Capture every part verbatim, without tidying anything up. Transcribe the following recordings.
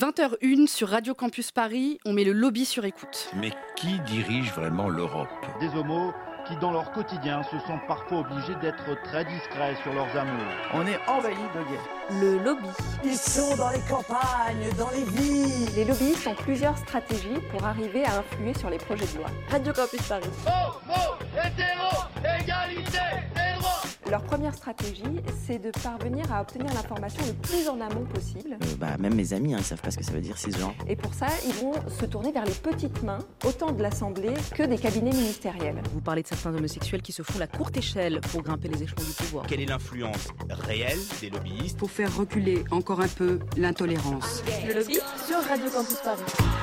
vingt heures une sur Radio Campus Paris, on met le lobby sur écoute. Mais qui dirige vraiment l'Europe ? Des homos qui, dans leur quotidien, se sentent parfois obligés d'être très discrets sur leurs amours. On est envahi de gays. Le lobby. Ils sont dans les campagnes, dans les villes. Les lobbyistes ont plusieurs stratégies pour arriver à influer sur les projets de loi. Radio Campus Paris. Homo, hétéro, égalité, des droits. Leur première stratégie, c'est de parvenir à obtenir l'information le plus en amont possible. Euh, bah, même mes amis, hein, ils savent pas ce que ça veut dire cisgenre. Et pour ça, ils vont se tourner vers les petites mains, autant de l'Assemblée que des cabinets ministériels. Vous parlez de certains homosexuels qui se font la courte échelle pour grimper les échelons du pouvoir. Quelle est l'influence réelle des lobbyistes ? Pour faire reculer encore un peu l'intolérance. Le lobby sur Radio Campus Paris.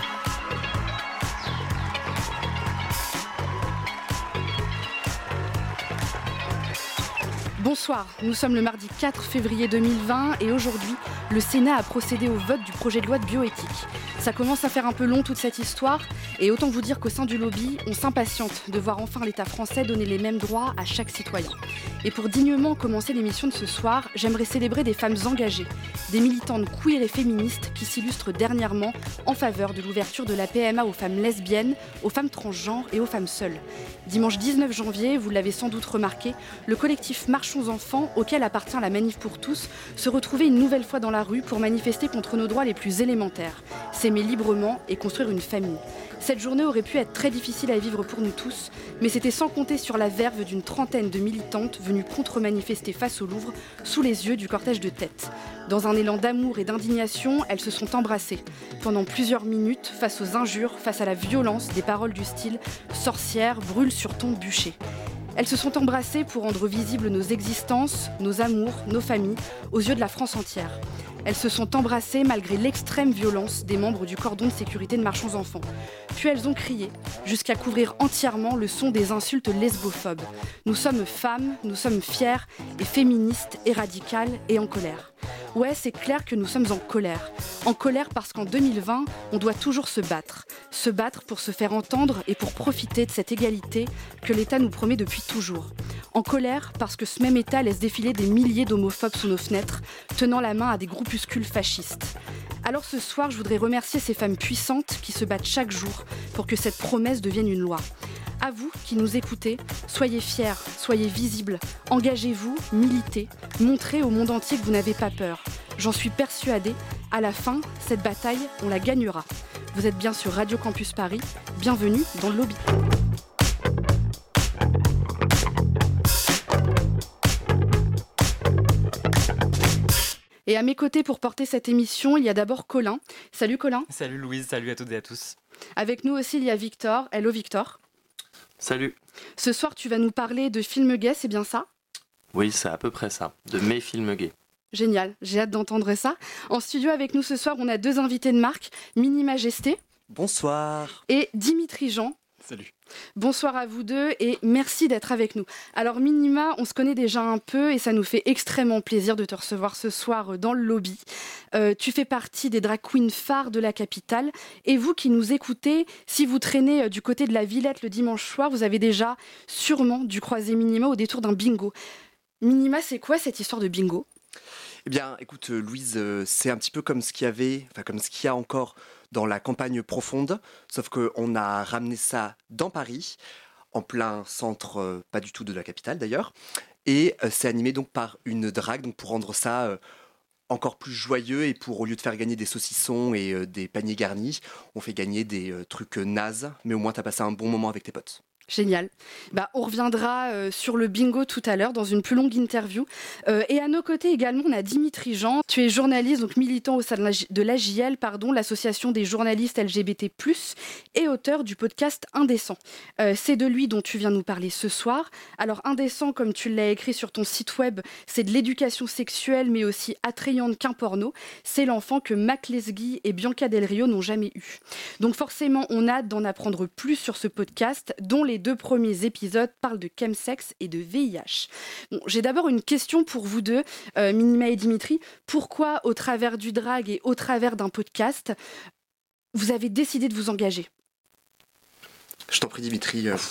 Bonsoir, nous sommes le mardi quatre février deux mille vingt et aujourd'hui, le Sénat a procédé au vote du projet de loi de bioéthique. Ça commence à faire un peu long toute cette histoire et autant vous dire qu'au sein du lobby, on s'impatiente de voir enfin l'État français donner les mêmes droits à chaque citoyen. Et pour dignement commencer l'émission de ce soir, j'aimerais célébrer des femmes engagées, des militantes queer et féministes qui s'illustrent dernièrement en faveur de l'ouverture de la P M A aux femmes lesbiennes, aux femmes transgenres et aux femmes seules. Dimanche dix-neuf janvier, vous l'avez sans doute remarqué, le collectif Marchons Enfants, auquel appartient la Manif pour tous, se retrouvait une nouvelle fois dans la rue pour manifester contre nos droits les plus élémentaires, s'aimer librement et construire une famille. Cette journée aurait pu être très difficile à vivre pour nous tous, mais c'était sans compter sur la verve d'une trentaine de militantes venues contre-manifester face au Louvre, sous les yeux du cortège de tête. Dans un élan d'amour et d'indignation, elles se sont embrassées. Pendant plusieurs minutes, face aux injures, face à la violence des paroles du style « sorcière, brûle sur ton bûcher ». Elles se sont embrassées pour rendre visibles nos existences, nos amours, nos familles, aux yeux de la France entière. Elles se sont embrassées malgré l'extrême violence des membres du cordon de sécurité de Marchons Enfants. Puis elles ont crié, jusqu'à couvrir entièrement le son des insultes lesbophobes. Nous sommes femmes, nous sommes fières et féministes et radicales et en colère. Ouais, c'est clair que nous sommes en colère. En colère parce qu'en deux mille vingt, on doit toujours se battre. Se battre pour se faire entendre et pour profiter de cette égalité que l'État nous promet depuis toujours. En colère parce que ce même État laisse défiler des milliers d'homophobes sous nos fenêtres, tenant la main à des groupuscules fascistes. Alors ce soir, je voudrais remercier ces femmes puissantes qui se battent chaque jour pour que cette promesse devienne une loi. À vous qui nous écoutez, soyez fiers, soyez visibles, engagez-vous, militez, montrez au monde entier que vous n'avez pas peur. J'en suis persuadée, à la fin, cette bataille, on la gagnera. Vous êtes bien sur Radio Campus Paris, bienvenue dans le lobby. Et à mes côtés pour porter cette émission, il y a d'abord Colin. Salut Colin. Salut Louise, salut à toutes et à tous. Avec nous aussi, il y a Victor. Hello Victor. Salut. Ce soir, tu vas nous parler de films gays, c'est bien ça ? Oui, c'est à peu près ça, de mes films gays. Génial, j'ai hâte d'entendre ça. En studio avec nous ce soir, on a deux invités de marque, Mini Majesté. Bonsoir. Et Dimitri Jean. Salut. Bonsoir à vous deux et merci d'être avec nous. Alors Minima, on se connaît déjà un peu et ça nous fait extrêmement plaisir de te recevoir ce soir dans le lobby. Euh, tu fais partie des drag queens phares de la capitale et vous qui nous écoutez, si vous traînez du côté de la Villette le dimanche soir, vous avez déjà sûrement dû croiser Minima au détour d'un bingo. Minima, c'est quoi cette histoire de bingo ? Eh bien, écoute Louise, euh, c'est un petit peu comme ce qu'il y avait, enfin comme ce qu'il y a encore dans la campagne profonde, sauf qu'on a ramené ça dans Paris, en plein centre, euh, pas du tout de la capitale d'ailleurs, et euh, c'est animé donc par une drague, donc pour rendre ça euh, encore plus joyeux et pour, au lieu de faire gagner des saucissons et euh, des paniers garnis, on fait gagner des euh, trucs euh, nazes, mais au moins t'as passé un bon moment avec tes potes. Génial. Bah, on reviendra euh, sur le bingo tout à l'heure dans une plus longue interview. Euh, et à nos côtés également, on a Dimitri Jean. Tu es journaliste, donc militant au sein de l'A J L, pardon, l'association des journalistes L G B T plus, et auteur du podcast Indécent. Euh, c'est de lui dont tu viens nous parler ce soir. Alors Indécent, comme tu l'as écrit sur ton site web, c'est de l'éducation sexuelle, mais aussi attrayante qu'un porno. C'est l'enfant que Mac Lesguy et Bianca Del Rio n'ont jamais eu. Donc forcément, on a hâte d'en apprendre plus sur ce podcast, dont les deux premiers épisodes parlent de chemsex et de V I H. Bon, j'ai d'abord une question pour vous deux, euh, Minima et Dimitri. Pourquoi, au travers du drag et au travers d'un podcast, vous avez décidé de vous engager ? Je t'en prie, Dimitri. Euh...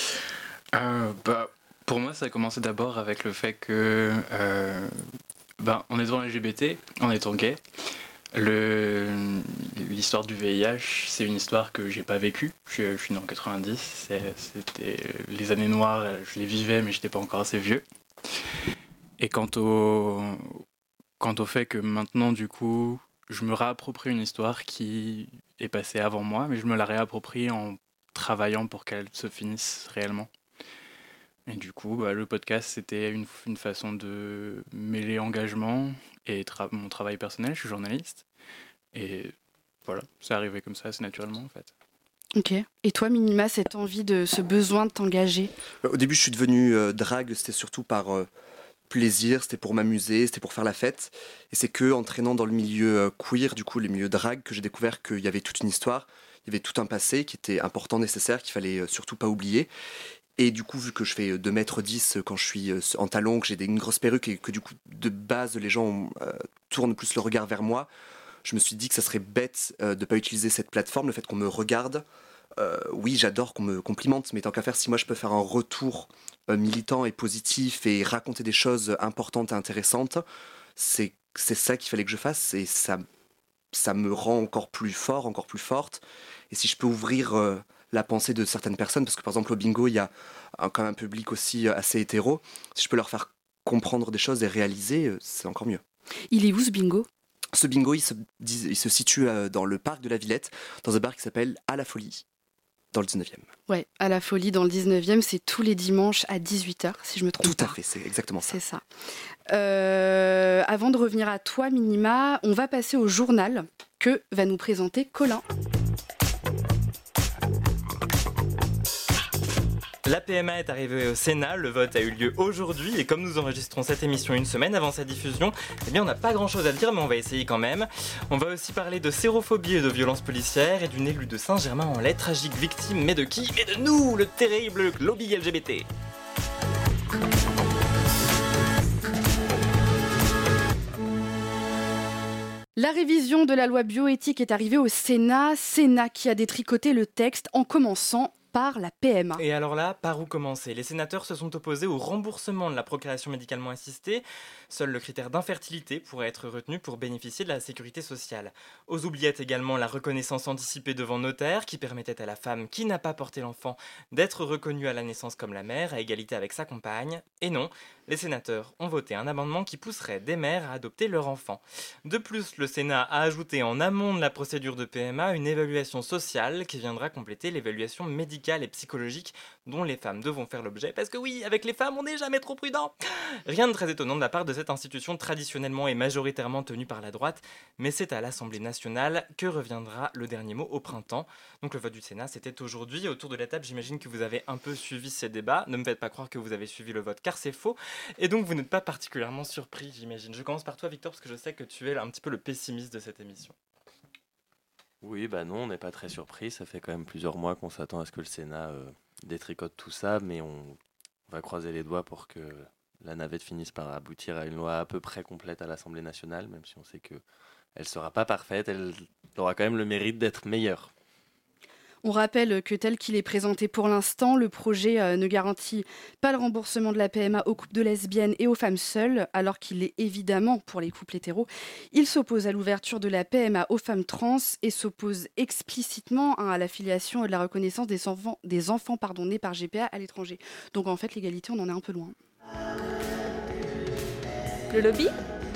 Euh, bah, pour moi, ça a commencé d'abord avec le fait que, euh, bah, en étant L G B T, en étant gay, le... l'histoire du V I H, c'est une histoire que j'ai pas vécue. Je, je suis né en quatre-vingt-dix, c'est, c'était les années noires, je les vivais, mais j'étais pas encore assez vieux. Et quant au, quant au fait que maintenant, du coup, je me réapproprie une histoire qui est passée avant moi, mais je me la réapproprie en travaillant pour qu'elle se finisse réellement. Et du coup, bah, le podcast, c'était une, une façon de mêler engagement et tra- mon travail personnel. Je suis journaliste. Et voilà, c'est arrivé comme ça, assez naturellement, en fait. Ok. Et toi, Minima, cette envie, de ce besoin de t'engager? Au début, je suis devenu euh, drague, c'était surtout par euh, plaisir, c'était pour m'amuser, c'était pour faire la fête. Et c'est que en traînant dans le milieu euh, queer, du coup, les milieux drague, que j'ai découvert qu'il y avait toute une histoire, il y avait tout un passé qui était important, nécessaire, qu'il fallait euh, surtout pas oublier. Et du coup, vu que je fais deux mètres dix quand je suis en talons, que j'ai une grosse perruque et que du coup, de base, les gens euh, tournent plus le regard vers moi, je me suis dit que ça serait bête euh, de ne pas utiliser cette plateforme, le fait qu'on me regarde. Euh, oui, j'adore qu'on me complimente, mais tant qu'à faire, si moi je peux faire un retour euh, militant et positif et raconter des choses importantes et intéressantes, c'est, c'est ça qu'il fallait que je fasse et ça, ça me rend encore plus fort, encore plus forte. Et si je peux ouvrir... Euh, la pensée de certaines personnes, parce que par exemple au bingo il y a un, quand même un public aussi assez hétéro, si je peux leur faire comprendre des choses et réaliser, c'est encore mieux. Il est où ce bingo ? Ce bingo il se, il se situe dans le parc de la Villette, dans un bar qui s'appelle À la Folie, dans le dix-neuvième. Ouais, À la Folie dans le dix-neuvième, c'est tous les dimanches à dix-huit heures, si je me trompe Tout pas. Tout à fait, c'est exactement ça. C'est ça. Euh, avant de revenir à toi, Minima, on va passer au journal que va nous présenter Colin. La P M A est arrivée au Sénat, le vote a eu lieu aujourd'hui et comme nous enregistrons cette émission une semaine avant sa diffusion, eh bien on n'a pas grand chose à dire mais on va essayer quand même. On va aussi parler de sérophobie et de violence policière et d'une élue de Saint-Germain-en-Laye, tragique victime, mais de qui ? Mais de nous, le terrible lobby L G B T. La révision de la loi bioéthique est arrivée au Sénat, Sénat qui a détricoté le texte en commençant par la P M A. Et alors là, par où commencer ? Les sénateurs se sont opposés au remboursement de la procréation médicalement assistée. Seul le critère d'infertilité pourrait être retenu pour bénéficier de la sécurité sociale. Aux oubliettes également la reconnaissance anticipée devant notaire qui permettait à la femme qui n'a pas porté l'enfant d'être reconnue à la naissance comme la mère, à égalité avec sa compagne. Et non, les sénateurs ont voté un amendement qui pousserait des mères à adopter leur enfant. De plus, le Sénat a ajouté en amont de la procédure de P M A une évaluation sociale qui viendra compléter l'évaluation médicale et psychologique dont les femmes devront faire l'objet. Parce que oui, avec les femmes, on n'est jamais trop prudent. Rien de très étonnant de la part de cette institution traditionnellement et majoritairement tenue par la droite, mais c'est à l'Assemblée nationale que reviendra le dernier mot au printemps. Donc le vote du Sénat, c'était aujourd'hui. Autour de la table, j'imagine que vous avez un peu suivi ces débats. Ne me faites pas croire que vous avez suivi le vote, car c'est faux. Et donc vous n'êtes pas particulièrement surpris, j'imagine. Je commence par toi, Victor, parce que je sais que tu es un petit peu le pessimiste de cette émission. Oui, bah non, on n'est pas très surpris. Ça fait quand même plusieurs mois qu'on s'attend à ce que le Sénat euh, détricote tout ça, mais on, on va croiser les doigts pour que la navette finisse par aboutir à une loi à peu près complète à l'Assemblée nationale, même si on sait qu'elle ne sera pas parfaite, elle aura quand même le mérite d'être meilleure. On rappelle que tel qu'il est présenté pour l'instant, le projet euh, ne garantit pas le remboursement de la P M A aux couples de lesbiennes et aux femmes seules, alors qu'il l'est évidemment pour les couples hétéros. Il s'oppose à l'ouverture de la P M A aux femmes trans et s'oppose explicitement hein, à l'affiliation et de la reconnaissance des enfants, des enfants pardon, nés par G P A à l'étranger. Donc en fait, l'égalité, on en est un peu loin. Le lobby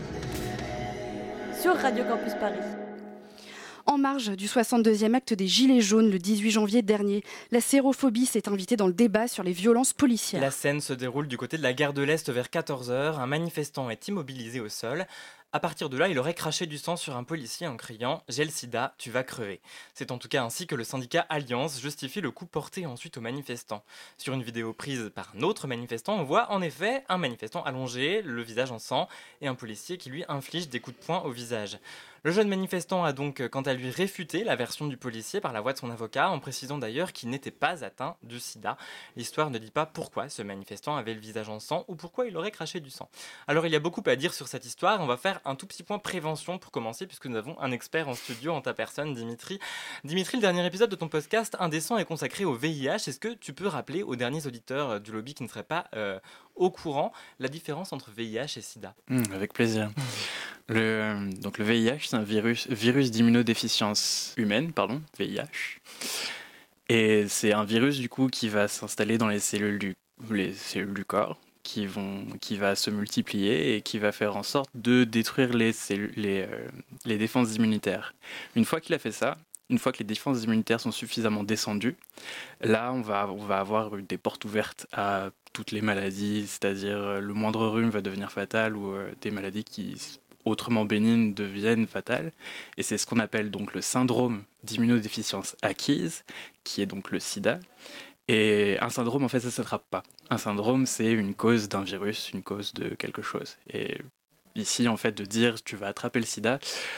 sur Radio Campus Paris. En marge du soixante-deuxième acte des Gilets jaunes le dix-huit janvier dernier, la sérophobie s'est invitée dans le débat sur les violences policières. La scène se déroule du côté de la gare de l'Est vers quatorze heures. Un manifestant est immobilisé au sol. À partir de là, il aurait craché du sang sur un policier en criant « J'ai le sida, tu vas crever ». C'est en tout cas ainsi que le syndicat Alliance justifie le coup porté ensuite aux manifestants. Sur une vidéo prise par un autre manifestant, on voit en effet un manifestant allongé, le visage en sang, et un policier qui lui inflige des coups de poing au visage. Le jeune manifestant a donc, quant à lui, réfuté la version du policier par la voix de son avocat, en précisant d'ailleurs qu'il n'était pas atteint du sida. L'histoire ne dit pas pourquoi ce manifestant avait le visage en sang ou pourquoi il aurait craché du sang. Alors il y a beaucoup à dire sur cette histoire, on va faire un tout petit point prévention pour commencer, puisque nous avons un expert en studio en ta personne, Dimitri. Dimitri, le dernier épisode de ton podcast Indécent est consacré au V I H. Est-ce que tu peux rappeler aux derniers auditeurs du lobby qui ne seraient pas euh, au courant la différence entre V I H et sida. Mmh, avec plaisir. Le, donc le V I H, c'est un virus, virus d'immunodéficience humaine, pardon, V I H. Et c'est un virus du coup qui va s'installer dans les cellules du, les cellules du corps, qui, vont, qui va se multiplier et qui va faire en sorte de détruire les, cellules, les, euh, les défenses immunitaires. Une fois qu'il a fait ça, une fois que les défenses immunitaires sont suffisamment descendues, là on va, on va avoir des portes ouvertes à toutes les maladies, c'est-à-dire le moindre rhume va devenir fatal ou euh, des maladies qui autrement bénignes deviennent fatales. Et c'est ce qu'on appelle donc le syndrome d'immunodéficience acquise, qui est donc le sida. Et un syndrome, en fait, ça ne s'attrape pas. Un syndrome, c'est une cause d'un virus, une cause de quelque chose. Et ici, en fait, de dire tu vas attraper le sida,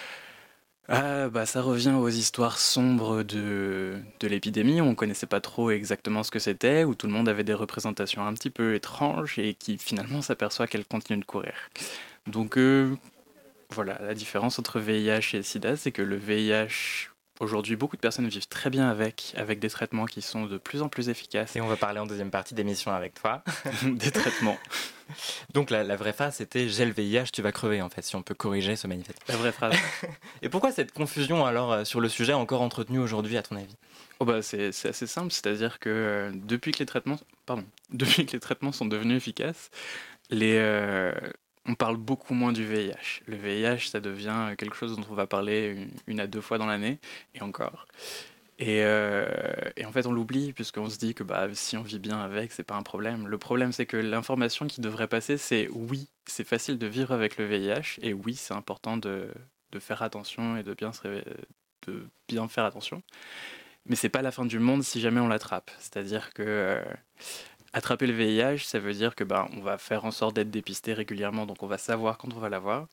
ah, bah, ça revient aux histoires sombres de, de l'épidémie. On ne connaissait pas trop exactement ce que c'était, où tout le monde avait des représentations un petit peu étranges et qui finalement s'aperçoit qu'elles continuent de courir. Donc euh, voilà, la différence entre V I H et sida, c'est que le V I H... Aujourd'hui, beaucoup de personnes vivent très bien avec, avec des traitements qui sont de plus en plus efficaces. Et on va parler en deuxième partie d'émission avec toi. Des traitements. Donc la, la vraie phrase, c'était « j'ai le V I H, tu vas crever » en fait, si on peut corriger ce manifeste. La vraie phrase. Et pourquoi cette confusion alors sur le sujet encore entretenue aujourd'hui à ton avis ? Oh bah c'est, c'est assez simple, c'est-à-dire que euh, depuis que les traitements, pardon, depuis que les traitements sont devenus efficaces, les... Euh, on parle beaucoup moins du V I H. Le V I H, ça devient quelque chose dont on va parler une, une à deux fois dans l'année, et encore. Et, euh, et en fait, on l'oublie, puisqu'on se dit que bah, si on vit bien avec, c'est pas un problème. Le problème, c'est que l'information qui devrait passer, c'est oui, c'est facile de vivre avec le V I H, et oui, c'est important de, de faire attention et de bien, se réveiller, de bien faire attention. Mais c'est pas la fin du monde si jamais on l'attrape. C'est-à-dire que... Euh, Attraper le V I H, ça veut dire que bah, on va faire en sorte d'être dépisté régulièrement, donc on va savoir quand on va l'avoir.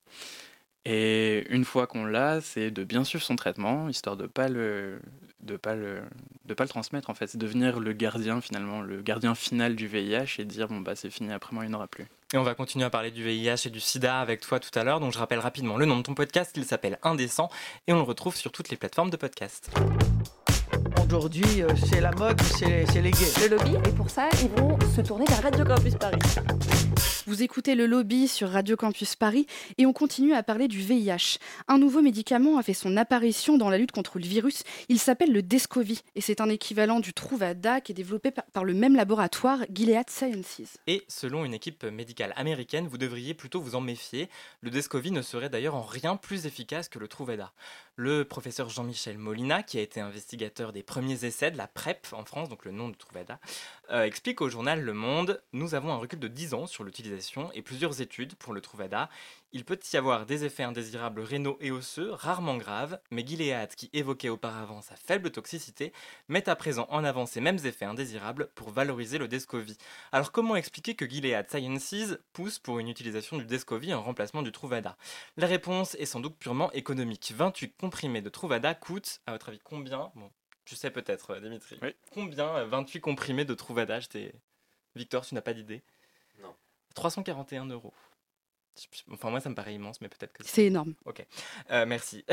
Et une fois qu'on l'a, c'est de bien suivre son traitement, histoire de pas le, de pas le, de pas le transmettre en fait. C'est devenir le gardien finalement, le gardien final du V I H et dire bon bah c'est fini, après moi il n'y en aura plus. Et on va continuer à parler du V I H et du sida avec toi tout à l'heure. Donc je rappelle rapidement le nom de ton podcast, il s'appelle Indécent et on le retrouve sur toutes les plateformes de podcast. Aujourd'hui, euh, c'est la mode, c'est, c'est les gays. Le lobby, et pour ça, ils vont se tourner vers Radio Campus Paris. Vous écoutez le lobby sur Radio Campus Paris et on continue à parler du V I H. Un nouveau médicament a fait son apparition dans la lutte contre le virus. Il s'appelle le Descovy et c'est un équivalent du Truvada qui est développé par, par le même laboratoire, Gilead Sciences. Et selon une équipe médicale américaine, vous devriez plutôt vous en méfier. Le Descovy ne serait d'ailleurs en rien plus efficace que le Truvada. Le professeur Jean-Michel Molina, qui a été investigateur des premiers essais de la PrEP en France, donc le nom du Truvada, euh, explique au journal Le Monde « Nous avons un recul de dix ans sur l'utilisation et plusieurs études pour le Truvada. Il peut y avoir des effets indésirables rénaux et osseux, rarement graves, mais Gilead, qui évoquait auparavant sa faible toxicité, met à présent en avant ces mêmes effets indésirables pour valoriser le Descovy. Alors comment expliquer que Gilead Sciences pousse pour une utilisation du Descovy en remplacement du Truvada ? La réponse est sans doute purement économique. vingt-huit comprimés de Truvada coûtent, à votre avis, combien ? Bon, tu sais peut-être, Dimitri. Oui. Combien vingt-huit comprimés de Truvada ? J'étais... Victor, tu n'as pas d'idée ? Non. trois cent quarante et un euros. Enfin, moi, ça me paraît immense, mais peut-être que... C'est, c'est énorme. Ok, euh, merci.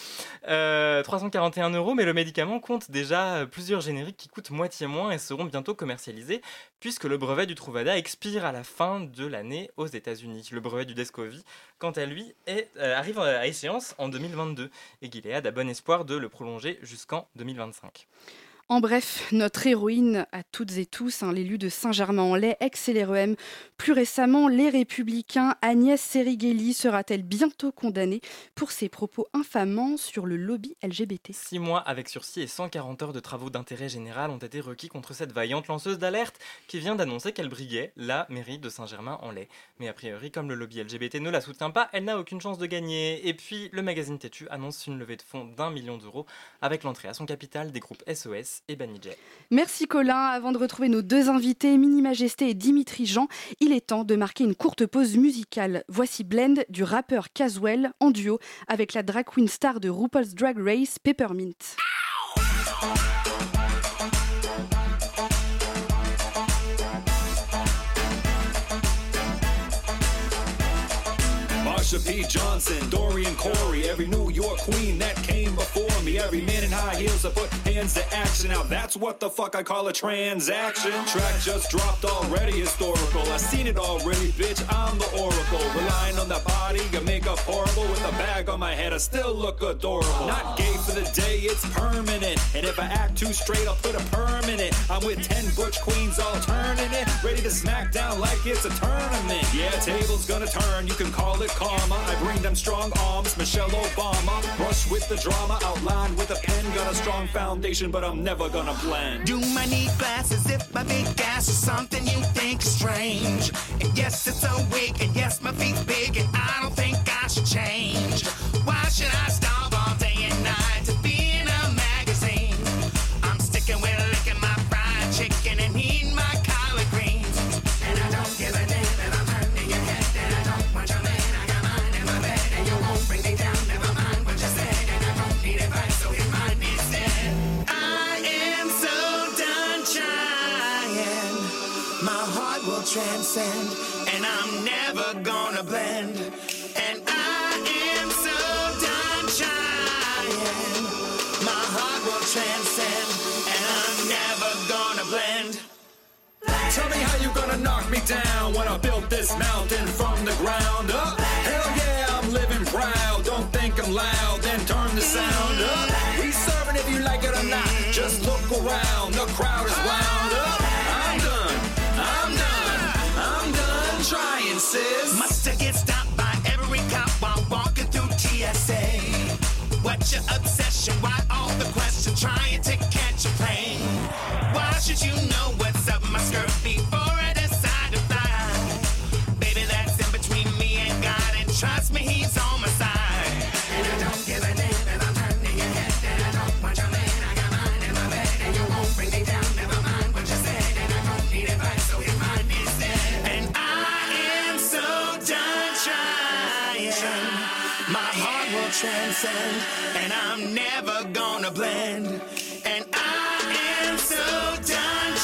euh, trois cent quarante et un euros, mais le médicament compte déjà plusieurs génériques qui coûtent moitié moins et seront bientôt commercialisés, puisque le brevet du Truvada expire à la fin de l'année aux États-Unis. Le brevet du Descovy, quant à lui, est, euh, arrive à échéance en deux mille vingt-deux, et Gilead a bon espoir de le prolonger jusqu'en deux mille vingt-cinq. En bref, notre héroïne à toutes et tous, hein, l'élu de Saint-Germain-en-Laye, ex-L R E M, plus récemment les Républicains, Agnès Serighelli sera-t-elle bientôt condamnée pour ses propos infamants sur le lobby L G B T ? Six mois avec sursis et cent quarante heures de travaux d'intérêt général ont été requis contre cette vaillante lanceuse d'alerte qui vient d'annoncer qu'elle briguait la mairie de Saint-Germain-en-Laye. Mais a priori, comme le lobby L G B T ne la soutient pas, elle n'a aucune chance de gagner. Et puis, le magazine Têtu annonce une levée de fonds d'un million d'euros avec l'entrée à son capital des groupes S O S et Banijay. Merci Colin. Avant de retrouver nos deux invités, Mini Majesté et Dimitri Jean, il est temps de marquer une courte pause musicale. Voici Blend du rappeur Caswell en duo avec la drag queen star de RuPaul's Drag Race, Peppermint. Marsha P. Johnson, Dorian Corey, every New York queen that came before me, every man in high heels that put hands to action. Now that's what the fuck I call a transaction. Track just dropped already, historical. I seen it already, bitch, I'm the oracle. Relying on the body, your makeup horrible. With a bag on my head, I still look adorable. Not gay for the day, it's permanent. And if I act too straight, I'll put a perm in it. I'm with ten butch queens all turning it, ready to smack down like it's a tournament. Yeah, table's gonna turn, you can call it karma. I bring them strong arms, Michelle Obama. Brush with the drama, outlined with a pen. Got a strong foundation, but I'm never gonna blend. Do I need glasses if my big ass is something you think is strange? And yes, it's a wig, and yes, my feet's big, and I don't think I should change. Why should I starve all day and night to be in a magazine? I'm sticking with licking my fried chicken and eating my collard greens. And I don't give a damn if I'm turning your head, and I don't want your man. I got mine in my bed, and you won't bring me down. Never mind what you said, and I don't need advice, so hit mine instead. I am so done trying. My heart will transcend, and I'm never gonna blend. And I am so done trying. My heart will transcend, and I'm never gonna blend. Tell me how you gonna knock me down when I built this mountain from the ground up. Hell yeah, I'm living proud. Don't think I'm loud, then turn the sound up. We serving if you like it or not. Just look around, the crowd is wound up. I'm done, I'm done, I'm done trying, sis. Must have get stopped by every cop while walking through T S A. What's your obsession? Why all the questions? Trying to catch a plane. Why should you know what's up my skirt before I decide to fly? Baby, that's in between me and God, and trust me, he's on my side. And I don't give a damn if I'm turning your head, and I don't want your man. I got mine in my bed, and you won't bring me down. Never mind what you said, and I don't need advice, so hit mine instead. And I am so done trying. My heart will transcend, and I'm never gonna blend. And I am so done